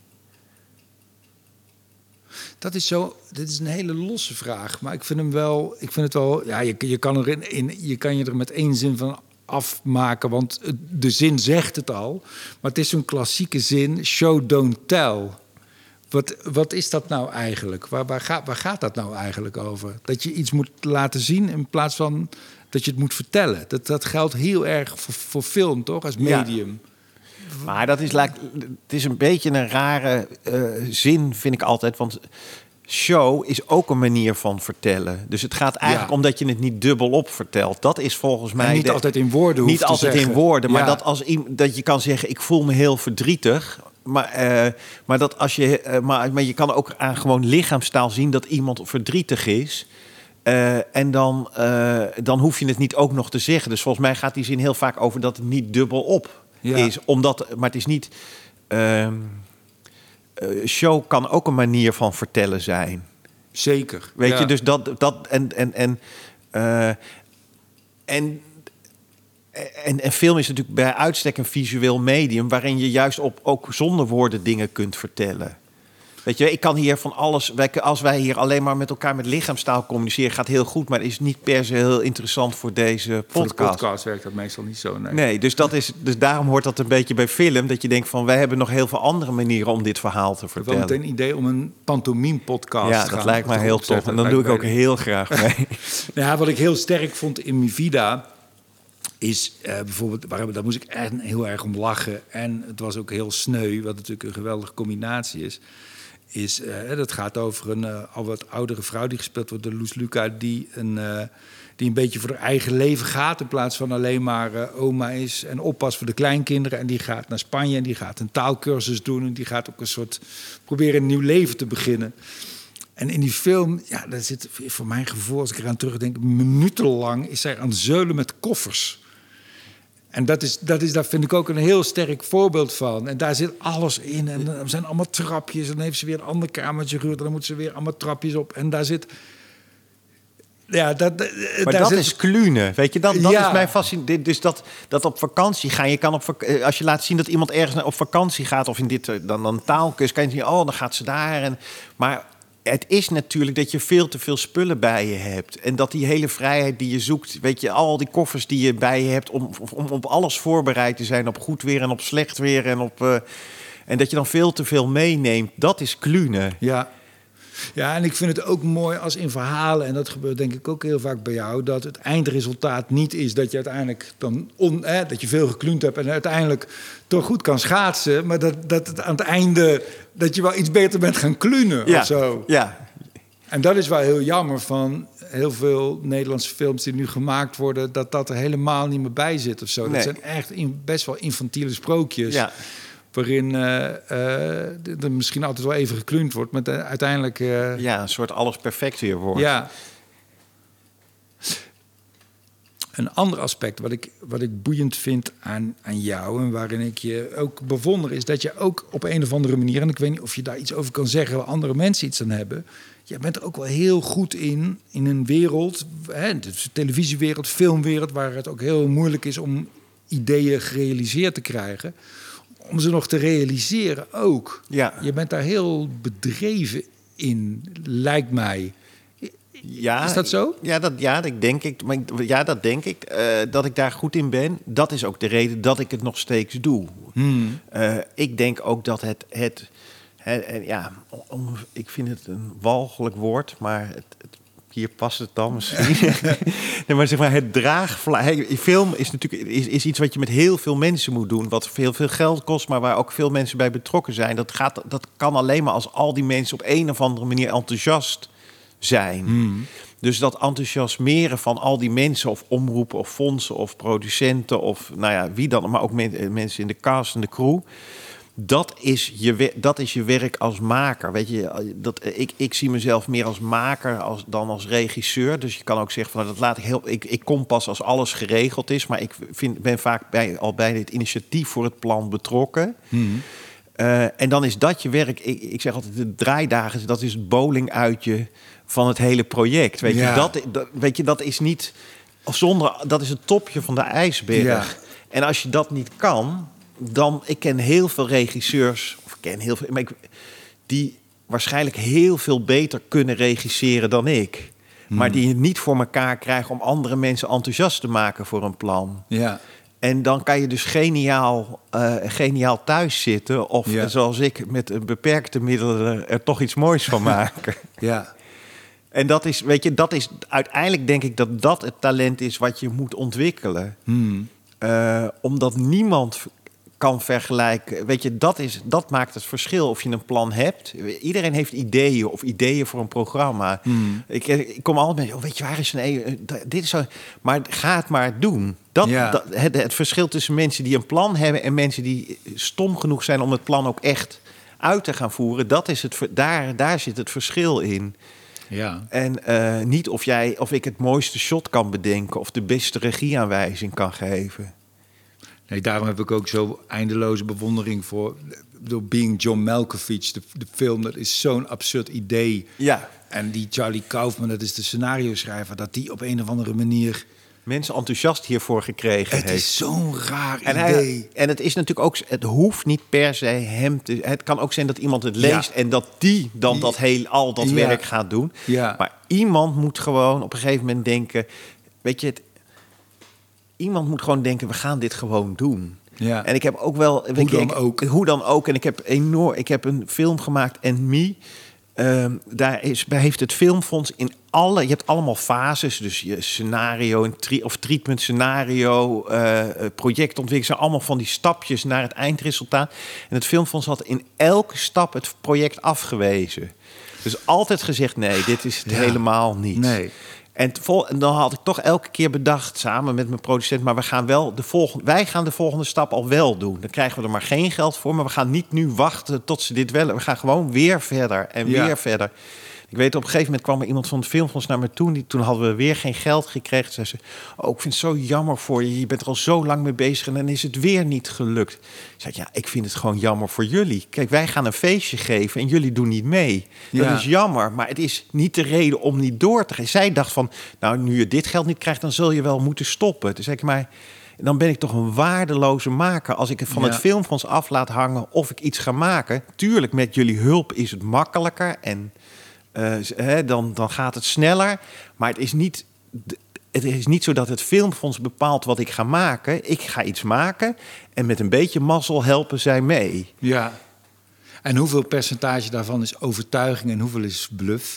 Dat is zo. Dit is een hele losse vraag, maar ik vind het wel. Ja, je kan je er met één zin van afmaken, want de zin zegt het al. Maar het is zo'n klassieke zin: show, don't tell. Wat is dat nou eigenlijk? Waar gaat dat nou eigenlijk over? Dat je iets moet laten zien in plaats van dat je het moet vertellen. Dat geldt heel erg voor film, toch? Als medium. Ja. Maar het is een beetje een rare zin, vind ik altijd. Want show is ook een manier van vertellen. Dus het gaat eigenlijk om dat je het niet dubbelop vertelt. Dat is volgens mij... En niet altijd in woorden hoeft te zeggen. Niet altijd in woorden, maar dat je kan zeggen... ik voel me heel verdrietig... Maar dat als je, maar je kan ook aan gewoon lichaamstaal zien dat iemand verdrietig is. En dan hoef je het niet ook nog te zeggen. Dus volgens mij gaat die zin heel vaak over dat het niet dubbelop is. Maar het is niet... show kan ook een manier van vertellen zijn. Zeker. Weet je, dus En film is natuurlijk bij uitstek een visueel medium... waarin je juist ook zonder woorden dingen kunt vertellen. Weet je, ik kan hier van alles... Als wij hier alleen maar met elkaar met lichaamstaal communiceren... gaat heel goed, maar is niet per se heel interessant voor deze podcast. Voor de podcast werkt dat meestal niet zo, nee. Dus daarom hoort dat een beetje bij film... dat je denkt van, wij hebben nog heel veel andere manieren... om dit verhaal te vertellen. Ik heb wel meteen een idee om een pantomime-podcast te gaan. Ja, dat lijkt mij heel tof. En dan doe ik ook heel graag mee. Ja, wat ik heel sterk vond in Mi Vida... is bijvoorbeeld, daar moest ik echt heel erg om lachen. En het was ook heel sneu, wat natuurlijk een geweldige combinatie is. Dat gaat over een al wat oudere vrouw die gespeeld wordt door Loes Luca... die een beetje voor haar eigen leven gaat... in plaats van alleen maar oma is en oppas voor de kleinkinderen. En die gaat naar Spanje en die gaat een taalkursus doen... en die gaat ook een soort proberen een nieuw leven te beginnen. En in die film, daar zit voor mijn gevoel... als ik eraan terugdenk, minutenlang is zij aan het zeulen met koffers... En daar vind ik ook een heel sterk voorbeeld van. En daar zit alles in. En er zijn allemaal trapjes. En dan heeft ze weer een ander kamertje gehuurd. En dan moet ze weer allemaal trapjes op. En daar zit... Ja, maar dat is Klune, weet je. Dat is mijn fascinatie. Dus dat op vakantie gaan. Je kan als je laat zien dat iemand ergens op vakantie gaat... of in dit dan taalkus, kan je zien... dan gaat ze daar. Maar het is natuurlijk dat je veel te veel spullen bij je hebt. En dat die hele vrijheid die je zoekt... weet je, al die koffers die je bij je hebt... om op alles voorbereid te zijn. Op goed weer en op slecht weer. En dat je dan veel te veel meeneemt. Dat is Klune. Ja. Ja, en ik vind het ook mooi als in verhalen, en dat gebeurt denk ik ook heel vaak bij jou, dat het eindresultaat niet is dat je uiteindelijk dan dat je veel gekloend hebt en uiteindelijk toch goed kan schaatsen, maar dat het aan het einde dat je wel iets beter bent gaan klunen of zo. Ja. En dat is wel heel jammer van heel veel Nederlandse films die nu gemaakt worden, dat er helemaal niet meer bij zit of zo. Nee. Dat zijn echt best wel infantiele sprookjes. Ja. Waarin er misschien altijd wel even gekluund wordt, maar uiteindelijk... Een soort alles perfect weer wordt. Ja. Een ander aspect wat ik boeiend vind aan jou en waarin ik je ook bewonder, is dat je ook op een of andere manier, en ik weet niet of je daar iets over kan zeggen waar andere mensen iets aan hebben, je bent er ook wel heel goed in een wereld, de televisiewereld, filmwereld, waar het ook heel moeilijk is om ideeën gerealiseerd te krijgen. Om ze nog te realiseren ook. Ja. Je bent daar heel bedreven in, lijkt mij. Ja, is dat zo? Dat denk ik. Dat ik daar goed in ben. Dat is ook de reden dat ik het nog steeds doe. Ik denk ook dat ik vind het een walgelijk woord, maar hier past het dan misschien. Nee, maar zeg maar, het draagvlak. Film is natuurlijk is iets wat je met heel veel mensen moet doen, wat veel geld kost, maar waar ook veel mensen bij betrokken zijn. Dat kan alleen maar als al die mensen op een of andere manier enthousiast zijn. Dus dat enthousiasmeren van al die mensen, of omroepen, of fondsen, of producenten, of wie dan, maar ook mensen in de cast en de crew. Dat is je werk als maker. Weet je, ik zie mezelf meer als maker dan als regisseur. Dus je kan ook zeggen van dat laat ik kom pas als alles geregeld is. Maar ik ben vaak al bij dit initiatief voor het plan betrokken. En dan is dat je werk. Ik zeg altijd, de draaidagen, dat is het bowlinguitje van het hele project. Weet je, dat is niet dat is het topje van de ijsberg. Ja. En als je dat niet kan, dan, ik ken heel veel regisseurs, die waarschijnlijk heel veel beter kunnen regisseren dan ik. Maar die het niet voor elkaar krijgen om andere mensen enthousiast te maken voor een plan. Ja. En dan kan je dus geniaal thuis zitten, of zoals ik, met beperkte middelen er toch iets moois van maken. Ja. En dat is, uiteindelijk denk ik dat het talent is wat je moet ontwikkelen. Omdat niemand kan vergelijken. Weet je, dat maakt het verschil of je een plan hebt. Iedereen heeft ideeën voor een programma. Ik kom altijd met, weet je, waar is dit is zo. Maar ga het maar doen. Het verschil tussen mensen die een plan hebben en mensen die stom genoeg zijn om het plan ook echt uit te gaan voeren, dat is daar zit het verschil in. Ja. En niet of ik het mooiste shot kan bedenken of de beste regieaanwijzing kan geven. Nee, daarom heb ik ook zo eindeloze bewondering voor Being John Malkovich, de film. Dat is zo'n absurd idee. Ja. En die Charlie Kaufman, dat is de scenario-schrijver, dat die op een of andere manier mensen enthousiast hiervoor gekregen heeft. Het is zo'n raar idee. En het is natuurlijk ook, het hoeft niet per se hem te. Het kan ook zijn dat iemand het leest en dat die dan dat werk gaat doen. Ja. Maar iemand moet gewoon op een gegeven moment denken, weet je, iemand moet gewoon denken, we gaan dit gewoon doen. Ja. En ik heb ook wel, hoe dan ook. En ik heb een film gemaakt, En Me. Daar heeft het Filmfonds je hebt allemaal fases, dus je scenario of treatment scenario, projectontwikkeling, zijn allemaal van die stapjes naar het eindresultaat. En het Filmfonds had in elke stap het project afgewezen. Dus altijd gezegd, nee, dit is het helemaal niet. Nee. En dan had ik toch elke keer bedacht, samen met mijn producent, maar wij gaan de volgende stap al wel doen. Dan krijgen we er maar geen geld voor, maar we gaan niet nu wachten tot ze dit willen. We gaan gewoon weer verder en weer verder. Ik weet, op een gegeven moment kwam er iemand van het Filmfonds naar me toe. Toen hadden we weer geen geld gekregen. Toen zei ze, ik vind het zo jammer voor je. Je bent er al zo lang mee bezig en dan is het weer niet gelukt. Ik zei, ik vind het gewoon jammer voor jullie. Kijk, wij gaan een feestje geven en jullie doen niet mee. Dat is jammer, maar het is niet de reden om niet door te gaan. Zij dacht van, nu je dit geld niet krijgt, dan zul je wel moeten stoppen. Toen zei ik, maar dan ben ik toch een waardeloze maker als ik het van het Filmfonds af laat hangen of ik iets ga maken. Tuurlijk, met jullie hulp is het makkelijker en dan gaat het sneller. Maar het is niet zo dat het Filmfonds bepaalt wat ik ga maken. Ik ga iets maken en met een beetje mazzel helpen zij mee. Ja. En hoeveel percentage daarvan is overtuiging en hoeveel is bluff?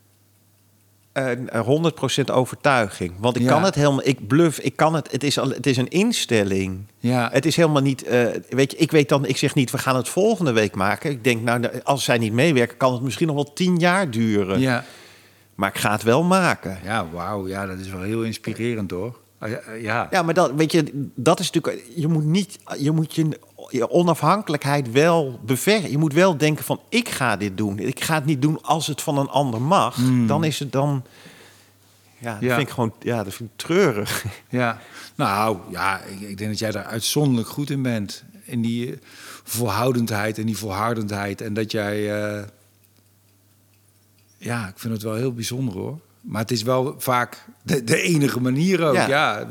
100% overtuiging. Want ik kan het helemaal... Ik bluff, ik kan het... Het is een instelling. Ja. Het is helemaal niet... weet je, ik zeg niet, we gaan het volgende week maken. Ik denk, nou, als zij niet meewerken, kan het misschien nog wel 10 jaar duren. Ja. Maar ik ga het wel maken. Ja, wauw. Ja, dat is wel heel inspirerend, hoor. Ja. Ja, maar dat is natuurlijk... Je moet je onafhankelijkheid wel beperken. Je moet wel denken van, ik ga dit doen. Ik ga het niet doen als het van een ander mag. Dan is het dan... Ja, dat vind ik gewoon... Ja, dat vind ik treurig. Ja. Nou, ja, ik denk dat jij daar uitzonderlijk goed in bent. In die volhoudendheid en die volhardendheid. En dat jij... Ja, ik vind het wel heel bijzonder, hoor. Maar het is wel vaak de enige manier ook. Ja.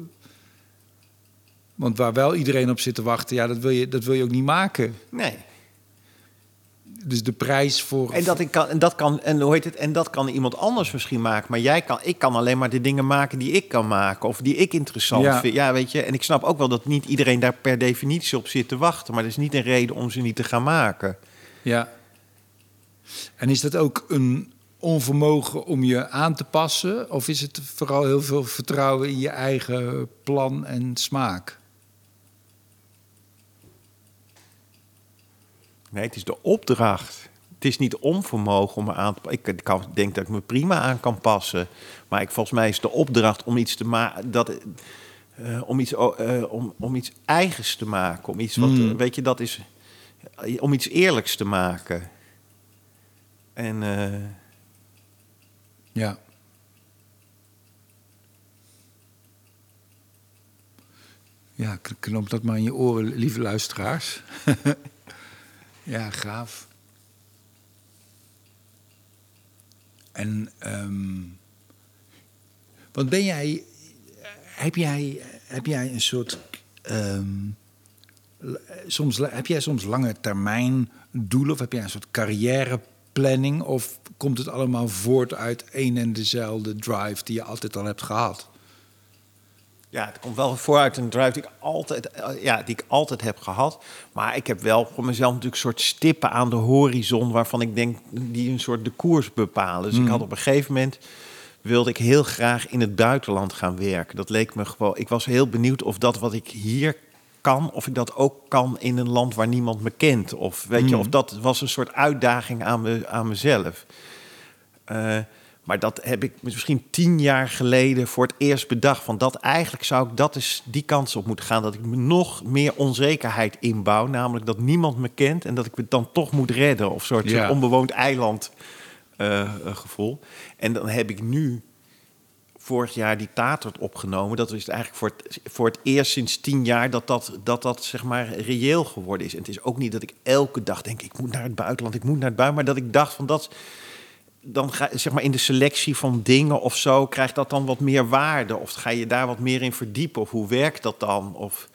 Want waar wel iedereen op zit te wachten, ja, dat wil je ook niet maken. Nee. Dus de prijs voor... En dat kan iemand anders misschien maken. Maar ik kan alleen maar de dingen maken die ik kan maken. Of die ik interessant vind. Ja, weet je. En ik snap ook wel dat niet iedereen daar per definitie op zit te wachten. Maar dat is niet een reden om ze niet te gaan maken. Ja. En is dat ook een onvermogen om je aan te passen? Of is het vooral heel veel vertrouwen in je eigen plan en smaak? Nee, het is de opdracht. Het is niet onvermogen om me aan te passen. Ik denk dat ik me prima aan kan passen. Maar volgens mij is de opdracht om iets te maken... om iets eigens te maken. Om iets wat... Weet je, dat is... Om iets eerlijks te maken. En... Ja. Ja, knoop dat maar in je oren, lieve luisteraars. Ja, gaaf. En wat ben jij... Heb jij een soort... heb jij soms lange termijn doelen? Of heb jij een soort carrièreplanning? Of komt het allemaal voort uit één en dezelfde drive die je altijd al hebt gehad? Ja, het komt wel vooruit een drive die ik altijd heb gehad. Maar ik heb wel voor mezelf natuurlijk een soort stippen aan de horizon... waarvan ik denk, die een soort de koers bepalen. Dus ik had op een gegeven moment... wilde ik heel graag in het buitenland gaan werken. Dat leek me gewoon... Ik was heel benieuwd of dat wat ik hier kan... of ik dat ook kan in een land waar niemand me kent. Of weet je, of dat was een soort uitdaging aan mezelf. Maar dat heb ik misschien 10 jaar geleden voor het eerst bedacht. Van dat eigenlijk zou ik die kant op moeten gaan. Dat ik nog meer onzekerheid inbouw. Namelijk dat niemand me kent en dat ik het dan toch moet redden. Of soort onbewoond eiland gevoel. En dan heb ik nu vorig jaar die Tatort opgenomen. Dat is eigenlijk voor het eerst sinds 10 jaar dat zeg maar reëel geworden is. En het is ook niet dat ik elke dag denk, ik moet naar het buitenland. Maar dat ik dacht van dat... Dan ga zeg maar in de selectie van dingen of zo, krijgt dat dan wat meer waarde? Of ga je daar wat meer in verdiepen? Of hoe werkt dat dan? Of,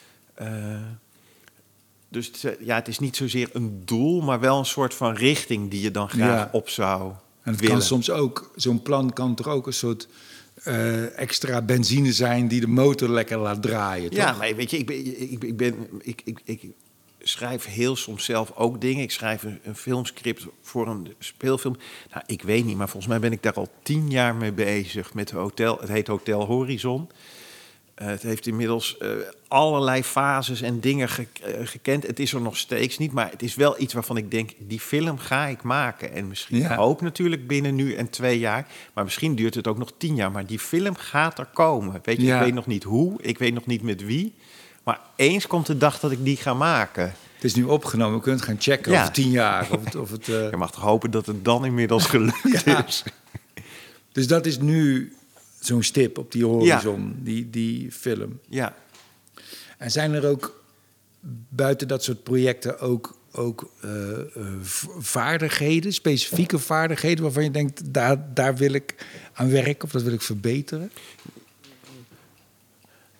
dus het is niet zozeer een doel, maar wel een soort van richting die je dan graag op zou en het willen. Kan soms ook, zo'n plan kan toch ook een soort extra benzine zijn die de motor lekker laat draaien, toch? Ja, maar weet je, ik schrijf heel soms zelf ook dingen. Ik schrijf een filmscript voor een speelfilm. Nou, ik weet niet, maar volgens mij ben ik daar al 10 jaar mee bezig met hotel. Het heet Hotel Horizon. Het heeft inmiddels allerlei fases en dingen gekend. Het is er nog steeds niet, maar het is wel iets waarvan ik denk, die film ga ik maken. En misschien, ik hoop natuurlijk binnen nu en 2 jaar, maar misschien duurt het ook nog 10 jaar. Maar die film gaat er komen. Weet je, ik weet nog niet hoe, ik weet nog niet met wie. Maar eens komt de dag dat ik die ga maken. Het is nu opgenomen, we kunnen het gaan checken over 10 jaar. Je mag toch hopen dat het dan inmiddels gelukt is. Dus dat is nu zo'n stip op die horizon, die film. Ja. En zijn er ook buiten dat soort projecten ook vaardigheden, specifieke vaardigheden... waarvan je denkt, daar wil ik aan werken of dat wil ik verbeteren?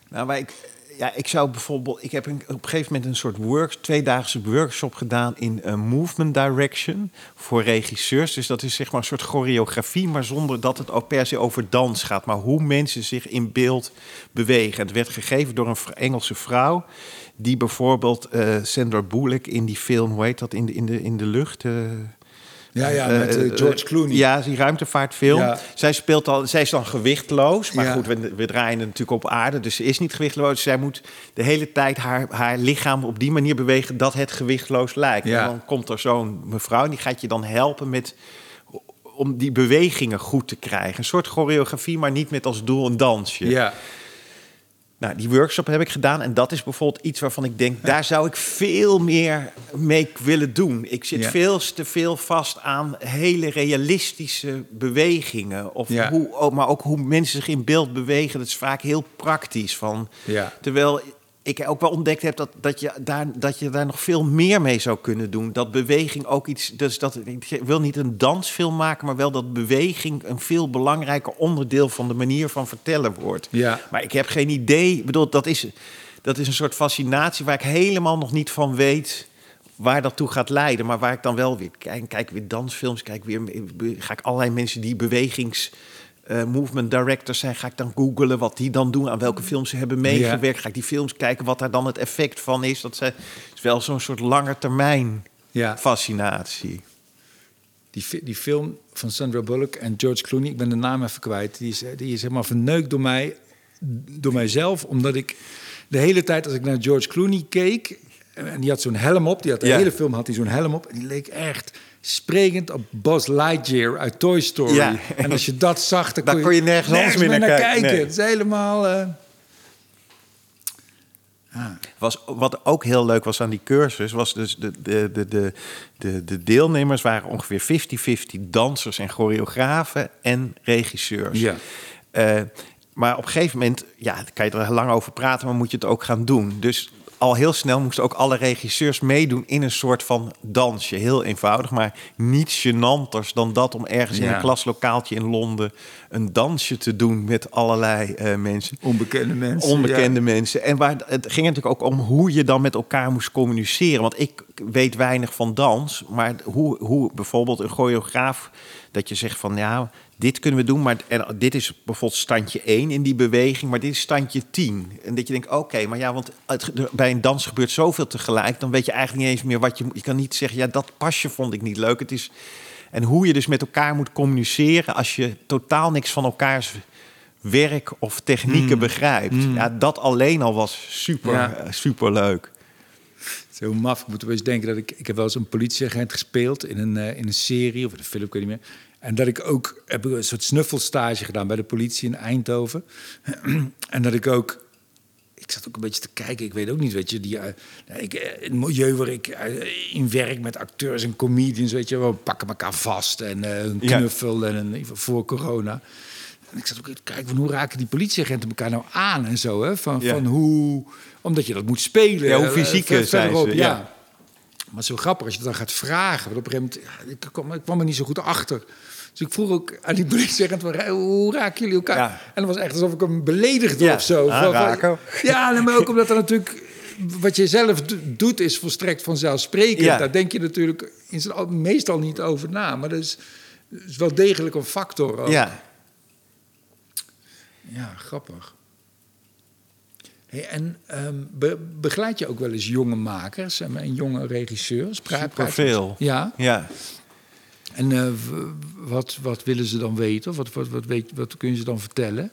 Nou, maar ik zou bijvoorbeeld... Ik heb op een gegeven moment een soort tweedaagse workshop gedaan in movement direction voor regisseurs. Dus dat is zeg maar een soort choreografie, maar zonder dat het ook per se over dans gaat. Maar hoe mensen zich in beeld bewegen. Het werd gegeven door een Engelse vrouw die bijvoorbeeld Sandra Bullock in die film, hoe heet dat, in de lucht... met George Clooney. Ja, die ruimtevaartfilm. Ja. Zij is dan gewichtloos. Maar Ja. goed, we draaien natuurlijk op aarde. Dus ze is niet gewichtloos. Zij moet de hele tijd haar lichaam op die manier bewegen dat het gewichtloos lijkt. Ja. En dan komt er zo'n mevrouw en die gaat je dan helpen om die bewegingen goed te krijgen. Een soort choreografie, maar niet met als doel een dansje. Ja. Nou, die workshop heb ik gedaan. En dat is bijvoorbeeld iets waarvan ik denk... daar zou ik veel meer mee willen doen. Ik zit veel te veel vast aan hele realistische bewegingen. Maar ook hoe mensen zich in beeld bewegen. Dat is vaak heel praktisch. Terwijl ik ook wel ontdekt heb dat je daar nog veel meer mee zou kunnen doen. Dat beweging ook iets... Dus ik wil niet een dansfilm maken, maar wel dat beweging een veel belangrijker onderdeel van de manier van vertellen wordt. Ja. Maar ik heb geen idee. Ik bedoel, dat is een soort fascinatie waar ik helemaal nog niet van weet waar dat toe gaat leiden. Maar waar ik dan wel weer kijk weer dansfilms, ga ik allerlei mensen die movement directors zijn, ga ik dan googlen wat die dan doen, aan welke films ze hebben meegewerkt. Ja. Ga ik die films kijken, wat daar dan het effect van is. Dat is wel zo'n soort langetermijn fascinatie. Die film van Sandra Bullock en George Clooney, ik ben de naam even kwijt, die is helemaal verneukt door mijzelf, omdat ik de hele tijd als ik naar George Clooney keek, en die had zo'n helm op, de hele film had hij zo'n helm op, en die leek echt sprekend op Buzz Lightyear uit Toy Story. Ja. En als je dat zag, dan kon je nergens meer naar kijken. Nee. Het is helemaal... Wat ook heel leuk was aan die cursus, was dus de deelnemers waren ongeveer 50-50 dansers en choreografen en regisseurs. Ja. Maar op een gegeven moment, kan je er lang over praten, maar moet je het ook gaan doen. Dus al heel snel moesten ook alle regisseurs meedoen in een soort van dansje. Heel eenvoudig, maar niet gênanters dan dat om ergens in een klaslokaaltje in Londen een dansje te doen met allerlei mensen. Onbekende mensen. En het ging natuurlijk ook om hoe je dan met elkaar moest communiceren. Want ik weet weinig van dans, maar hoe bijvoorbeeld een choreograaf, dat je zegt van dit kunnen we doen, maar dit is bijvoorbeeld standje 1 in die beweging, maar dit is standje 10. En dat je denkt, oké, maar want bij een dans gebeurt zoveel tegelijk, dan weet je eigenlijk niet eens meer wat je kan niet zeggen, dat pasje vond ik niet leuk. En hoe je dus met elkaar moet communiceren als je totaal niks van elkaars werk of technieken begrijpt. Ja, dat alleen al was super leuk. Zo maf. Ik moet wel eens denken dat ik heb wel eens een politieagent gespeeld in een serie of in een film, ik weet niet meer. En dat ik ook heb een soort snuffelstage gedaan bij de politie in Eindhoven. En dat ik ook... Ik zat ook een beetje te kijken. Ik weet ook niet, weet je... het milieu waar ik in werk met acteurs en comedians, weet je... We pakken elkaar vast en een knuffel en voor corona. En ik zat ook te kijken van hoe raken die politieagenten elkaar nou aan en zo. Hè? Van hoe... Omdat je dat moet spelen. Ja, hoe fysiek zijn ze. Ja. Maar zo grappig als je het dan gaat vragen. Want op een gegeven moment... Ik kwam er niet zo goed achter. Dus ik vroeg ook aan die politieagent, hoe raken jullie elkaar? Ja. En dat was echt alsof ik hem beledigde of zo. Aanraken. Maar ook omdat er natuurlijk... Wat je zelf doet is volstrekt vanzelfsprekend. Ja. Daar denk je natuurlijk meestal niet over na. Maar dat is wel degelijk een factor ook. Ja, grappig. Hey, en begeleid je ook wel eens jonge makers en jonge regisseurs? Superveel. Ja? Ja. En wat willen ze dan weten? Wat kun je ze dan vertellen?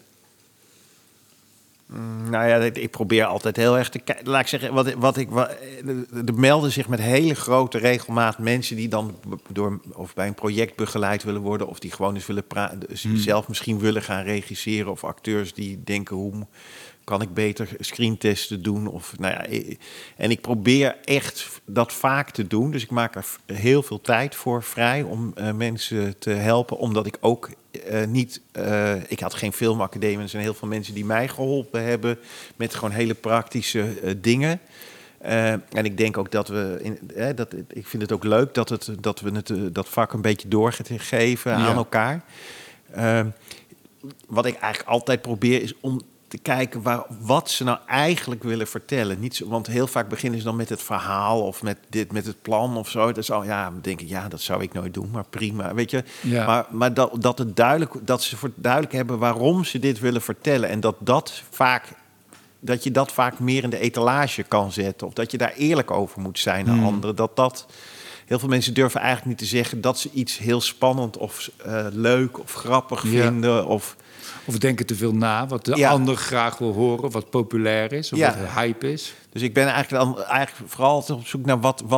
Ik probeer altijd heel erg te kijken. Laat ik zeggen, er melden zich met hele grote regelmaat mensen die dan of bij een project begeleid willen worden, of die gewoon eens willen zelf misschien willen gaan regisseren, of acteurs die denken, hoe kan ik beter screentesten doen? En ik probeer echt dat vaak te doen. Dus ik maak er heel veel tijd voor vrij om mensen te helpen. Omdat ik ook niet... ik had geen filmacademie. Er zijn heel veel mensen die mij geholpen hebben met gewoon hele praktische dingen. En ik denk ook dat ik vind het ook leuk dat we dat vak een beetje doorgeven aan elkaar. Wat ik eigenlijk altijd probeer is om te kijken wat ze nou eigenlijk willen vertellen. Niet zo, want heel vaak beginnen ze dan met het verhaal of met het plan of zo. Dus dan denk ik, dat zou ik nooit doen, maar prima, weet je. Ja. Maar dat ze duidelijk hebben waarom ze dit willen vertellen en dat je dat vaak meer in de etalage kan zetten of dat je daar eerlijk over moet zijn naar anderen. Heel veel mensen durven eigenlijk niet te zeggen dat ze iets heel spannend of leuk of grappig vinden. Of denken te veel na, wat de ander graag wil horen, wat populair is, of wat hype is. Dus ik ben eigenlijk vooral altijd op zoek naar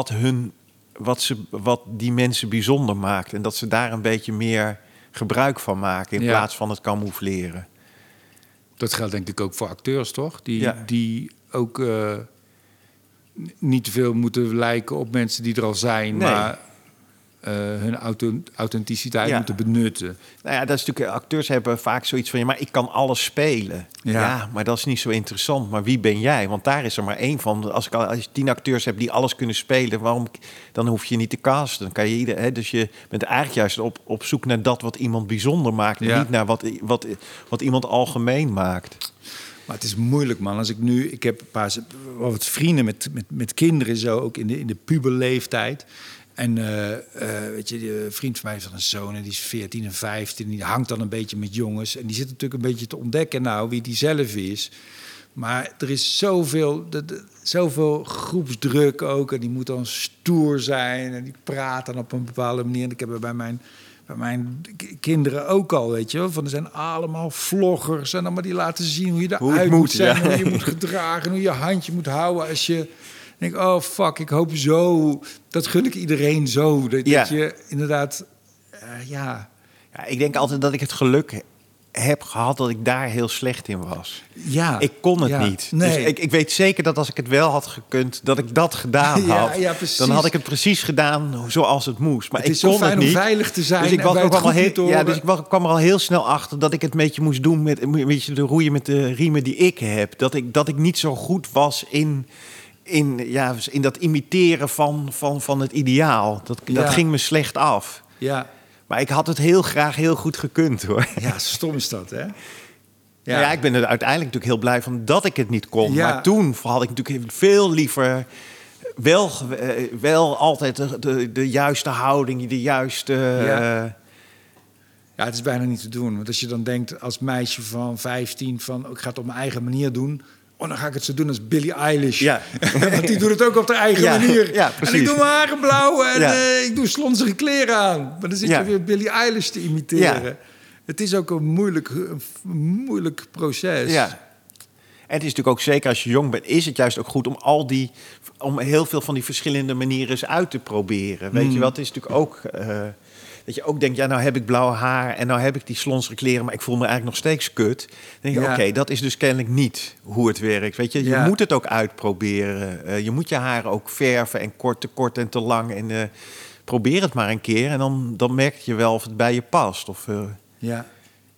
wat die mensen bijzonder maakt. En dat ze daar een beetje meer gebruik van maken in plaats van het camoufleren. Dat geldt denk ik ook voor acteurs, toch? Die ook niet te veel moeten lijken op mensen die er al zijn, maar hun authenticiteit moeten benutten. Nou ja, dat is natuurlijk. Acteurs hebben vaak zoiets van, maar ik kan alles spelen. Ja, maar dat is niet zo interessant. Maar wie ben jij? Want daar is er maar één van. Als je 10 acteurs hebt die alles kunnen spelen, dan hoef je niet te casten. Dan kan je dus je bent eigenlijk juist op zoek naar dat wat iemand bijzonder maakt, en niet naar wat iemand algemeen maakt. Maar het is moeilijk, man. Ik heb een paar wat vrienden met kinderen, zo ook in de puberleeftijd. En weet je, die vriend van mij heeft een zoon en die is 14 en 15. Die hangt dan een beetje met jongens. En die zit natuurlijk een beetje te ontdekken wie die zelf is. Maar er is zoveel groepsdruk ook. En die moet dan stoer zijn. En die praat dan op een bepaalde manier. En ik heb er bij mijn kinderen ook al, weet je wel. Er zijn allemaal vloggers. En dan maar die laten zien hoe je eruit moet zijn. Hoe je moet gedragen. Hoe je handje moet houden als je... Ik denk, oh fuck, ik hoop zo, dat gun ik iedereen zo. Dat je inderdaad, Ja, ik denk altijd dat ik het geluk heb gehad dat ik daar heel slecht in was. Ja. Ik kon het niet. Nee. Dus ik weet zeker dat als ik het wel had gekund, dat ik dat gedaan had. Ja, precies. Dan had ik het precies gedaan zoals het moest. Maar het is ik kon zo fijn het niet. om veilig te zijn. Dus ik kwam er al heel snel achter dat ik het een beetje moest doen met de roeien met de riemen die ik heb. Dat ik niet zo goed was in dat imiteren van het ideaal. Dat ging me slecht af. Ja. Maar ik had het heel graag heel goed gekund, hoor. Ja, stom is dat, hè? Ja, ik ben er uiteindelijk natuurlijk heel blij van dat ik het niet kon. Ja. Maar toen had ik natuurlijk veel liever wel altijd de juiste houding, de juiste... Ja, het is bijna niet te doen. Want als je dan denkt als meisje van 15 van... ik ga het op mijn eigen manier doen... Oh, dan ga ik het zo doen als Billie Eilish. Ja. Want die doet het ook op haar eigen manier. Ja, precies. En ik doe mijn haren blauw en ik doe slonzige kleren aan. Maar dan zit je weer Billie Eilish te imiteren. Ja. Het is ook een moeilijk proces. Ja. En het is natuurlijk ook zeker als je jong bent... is het juist ook goed om heel veel van die verschillende manieren eens uit te proberen. Weet je wel, het is natuurlijk ook... dat je ook denkt, nou heb ik blauw haar en nou heb ik die slonsige kleren, maar ik voel me eigenlijk nog steeds kut. Dan denk je, oké, dat is dus kennelijk niet hoe het werkt. Weet je, je moet het ook uitproberen. Je moet je haren ook verven en te kort en te lang. En probeer het maar een keer en dan merk je wel of het bij je past. Ja,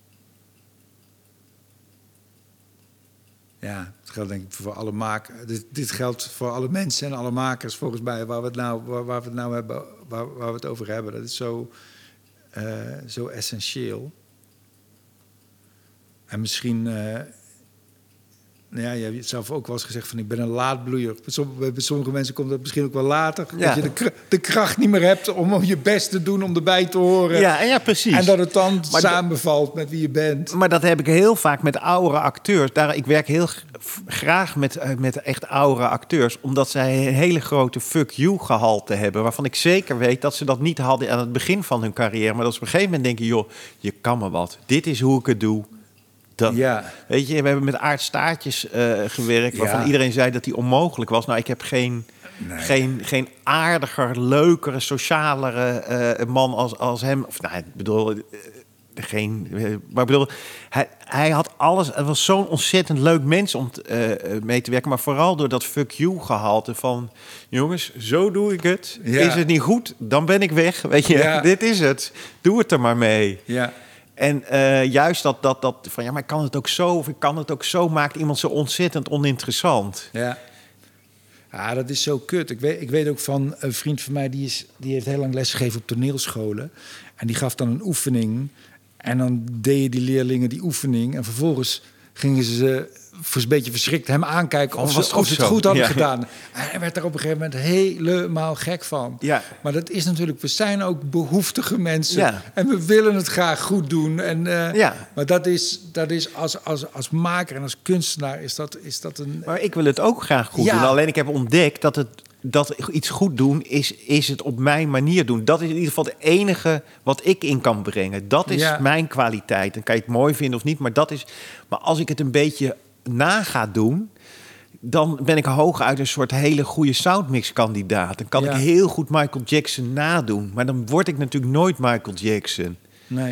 het geldt denk ik voor alle makers. Dit geldt voor alle mensen en alle makers volgens mij waar we het over hebben. Dat is zo essentieel. En misschien, je hebt het zelf ook wel eens gezegd van ik ben een laatbloeier. Bij sommige mensen komt dat misschien ook wel later. Dat je de kracht niet meer hebt om je best te doen, om erbij te horen. Ja, precies. En dat het dan samenvalt met wie je bent. Maar dat heb ik heel vaak met oudere acteurs. Ik werk heel graag met echt oudere acteurs, omdat zij een hele grote fuck you gehalte hebben, waarvan ik zeker weet dat ze dat niet hadden aan het begin van hun carrière. Maar dat ze op een gegeven moment denken, joh, je kan me wat. Dit is hoe ik het doe. Weet je, we hebben met Aart Staartjes gewerkt, waarvan iedereen zei dat die onmogelijk was. Nou, ik heb geen aardiger, leukere, socialere man als hem. Of, nou, ik bedoel, maar ik bedoel, hij had alles. Het was zo'n ontzettend leuk mens om mee te werken, maar vooral door dat fuck you gehalte van, jongens, zo doe ik het. Ja. Is het niet goed, dan ben ik weg. Weet je, dit is het. Doe het er maar mee. Ja. En juist dat van maar ik kan het ook zo of ik kan het ook zo, maakt iemand zo ontzettend oninteressant. Ja, dat is zo kut. Ik weet ook van een vriend van mij die heeft heel lang lesgegeven op toneelscholen en die gaf dan een oefening en dan deden die leerlingen die oefening en vervolgens gingen ze een beetje verschrikt hem aankijken of ze het goed hadden gedaan. En hij werd er op een gegeven moment helemaal gek van. Ja. Maar dat is natuurlijk, we zijn ook behoeftige mensen. Ja. En we willen het graag goed doen. En, Ja. Maar dat is als maker en als kunstenaar is dat een... Maar ik wil het ook graag goed doen. Alleen ik heb ontdekt dat iets goed doen is het op mijn manier doen. Dat is in ieder geval het enige wat ik in kan brengen. Dat is mijn kwaliteit. Dan kan je het mooi vinden of niet, maar dat is... Maar als ik het een beetje na ga doen, dan ben ik hooguit een soort hele goede soundmix-kandidaat. Dan kan ik heel goed Michael Jackson nadoen. Maar dan word ik natuurlijk nooit Michael Jackson. Nee.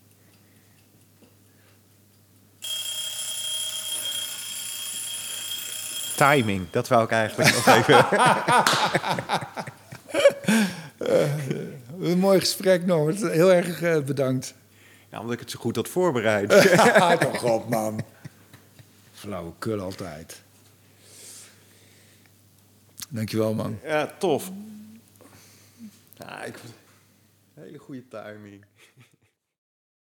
Timing, dat wou ik eigenlijk nog even... Een mooi gesprek, Norbert. Heel erg bedankt. Ja, omdat ik het zo goed had voorbereid. Toch op, man. Flauwekul altijd. Dankjewel, man. Ja, tof. Ja, ik... Hele goede timing.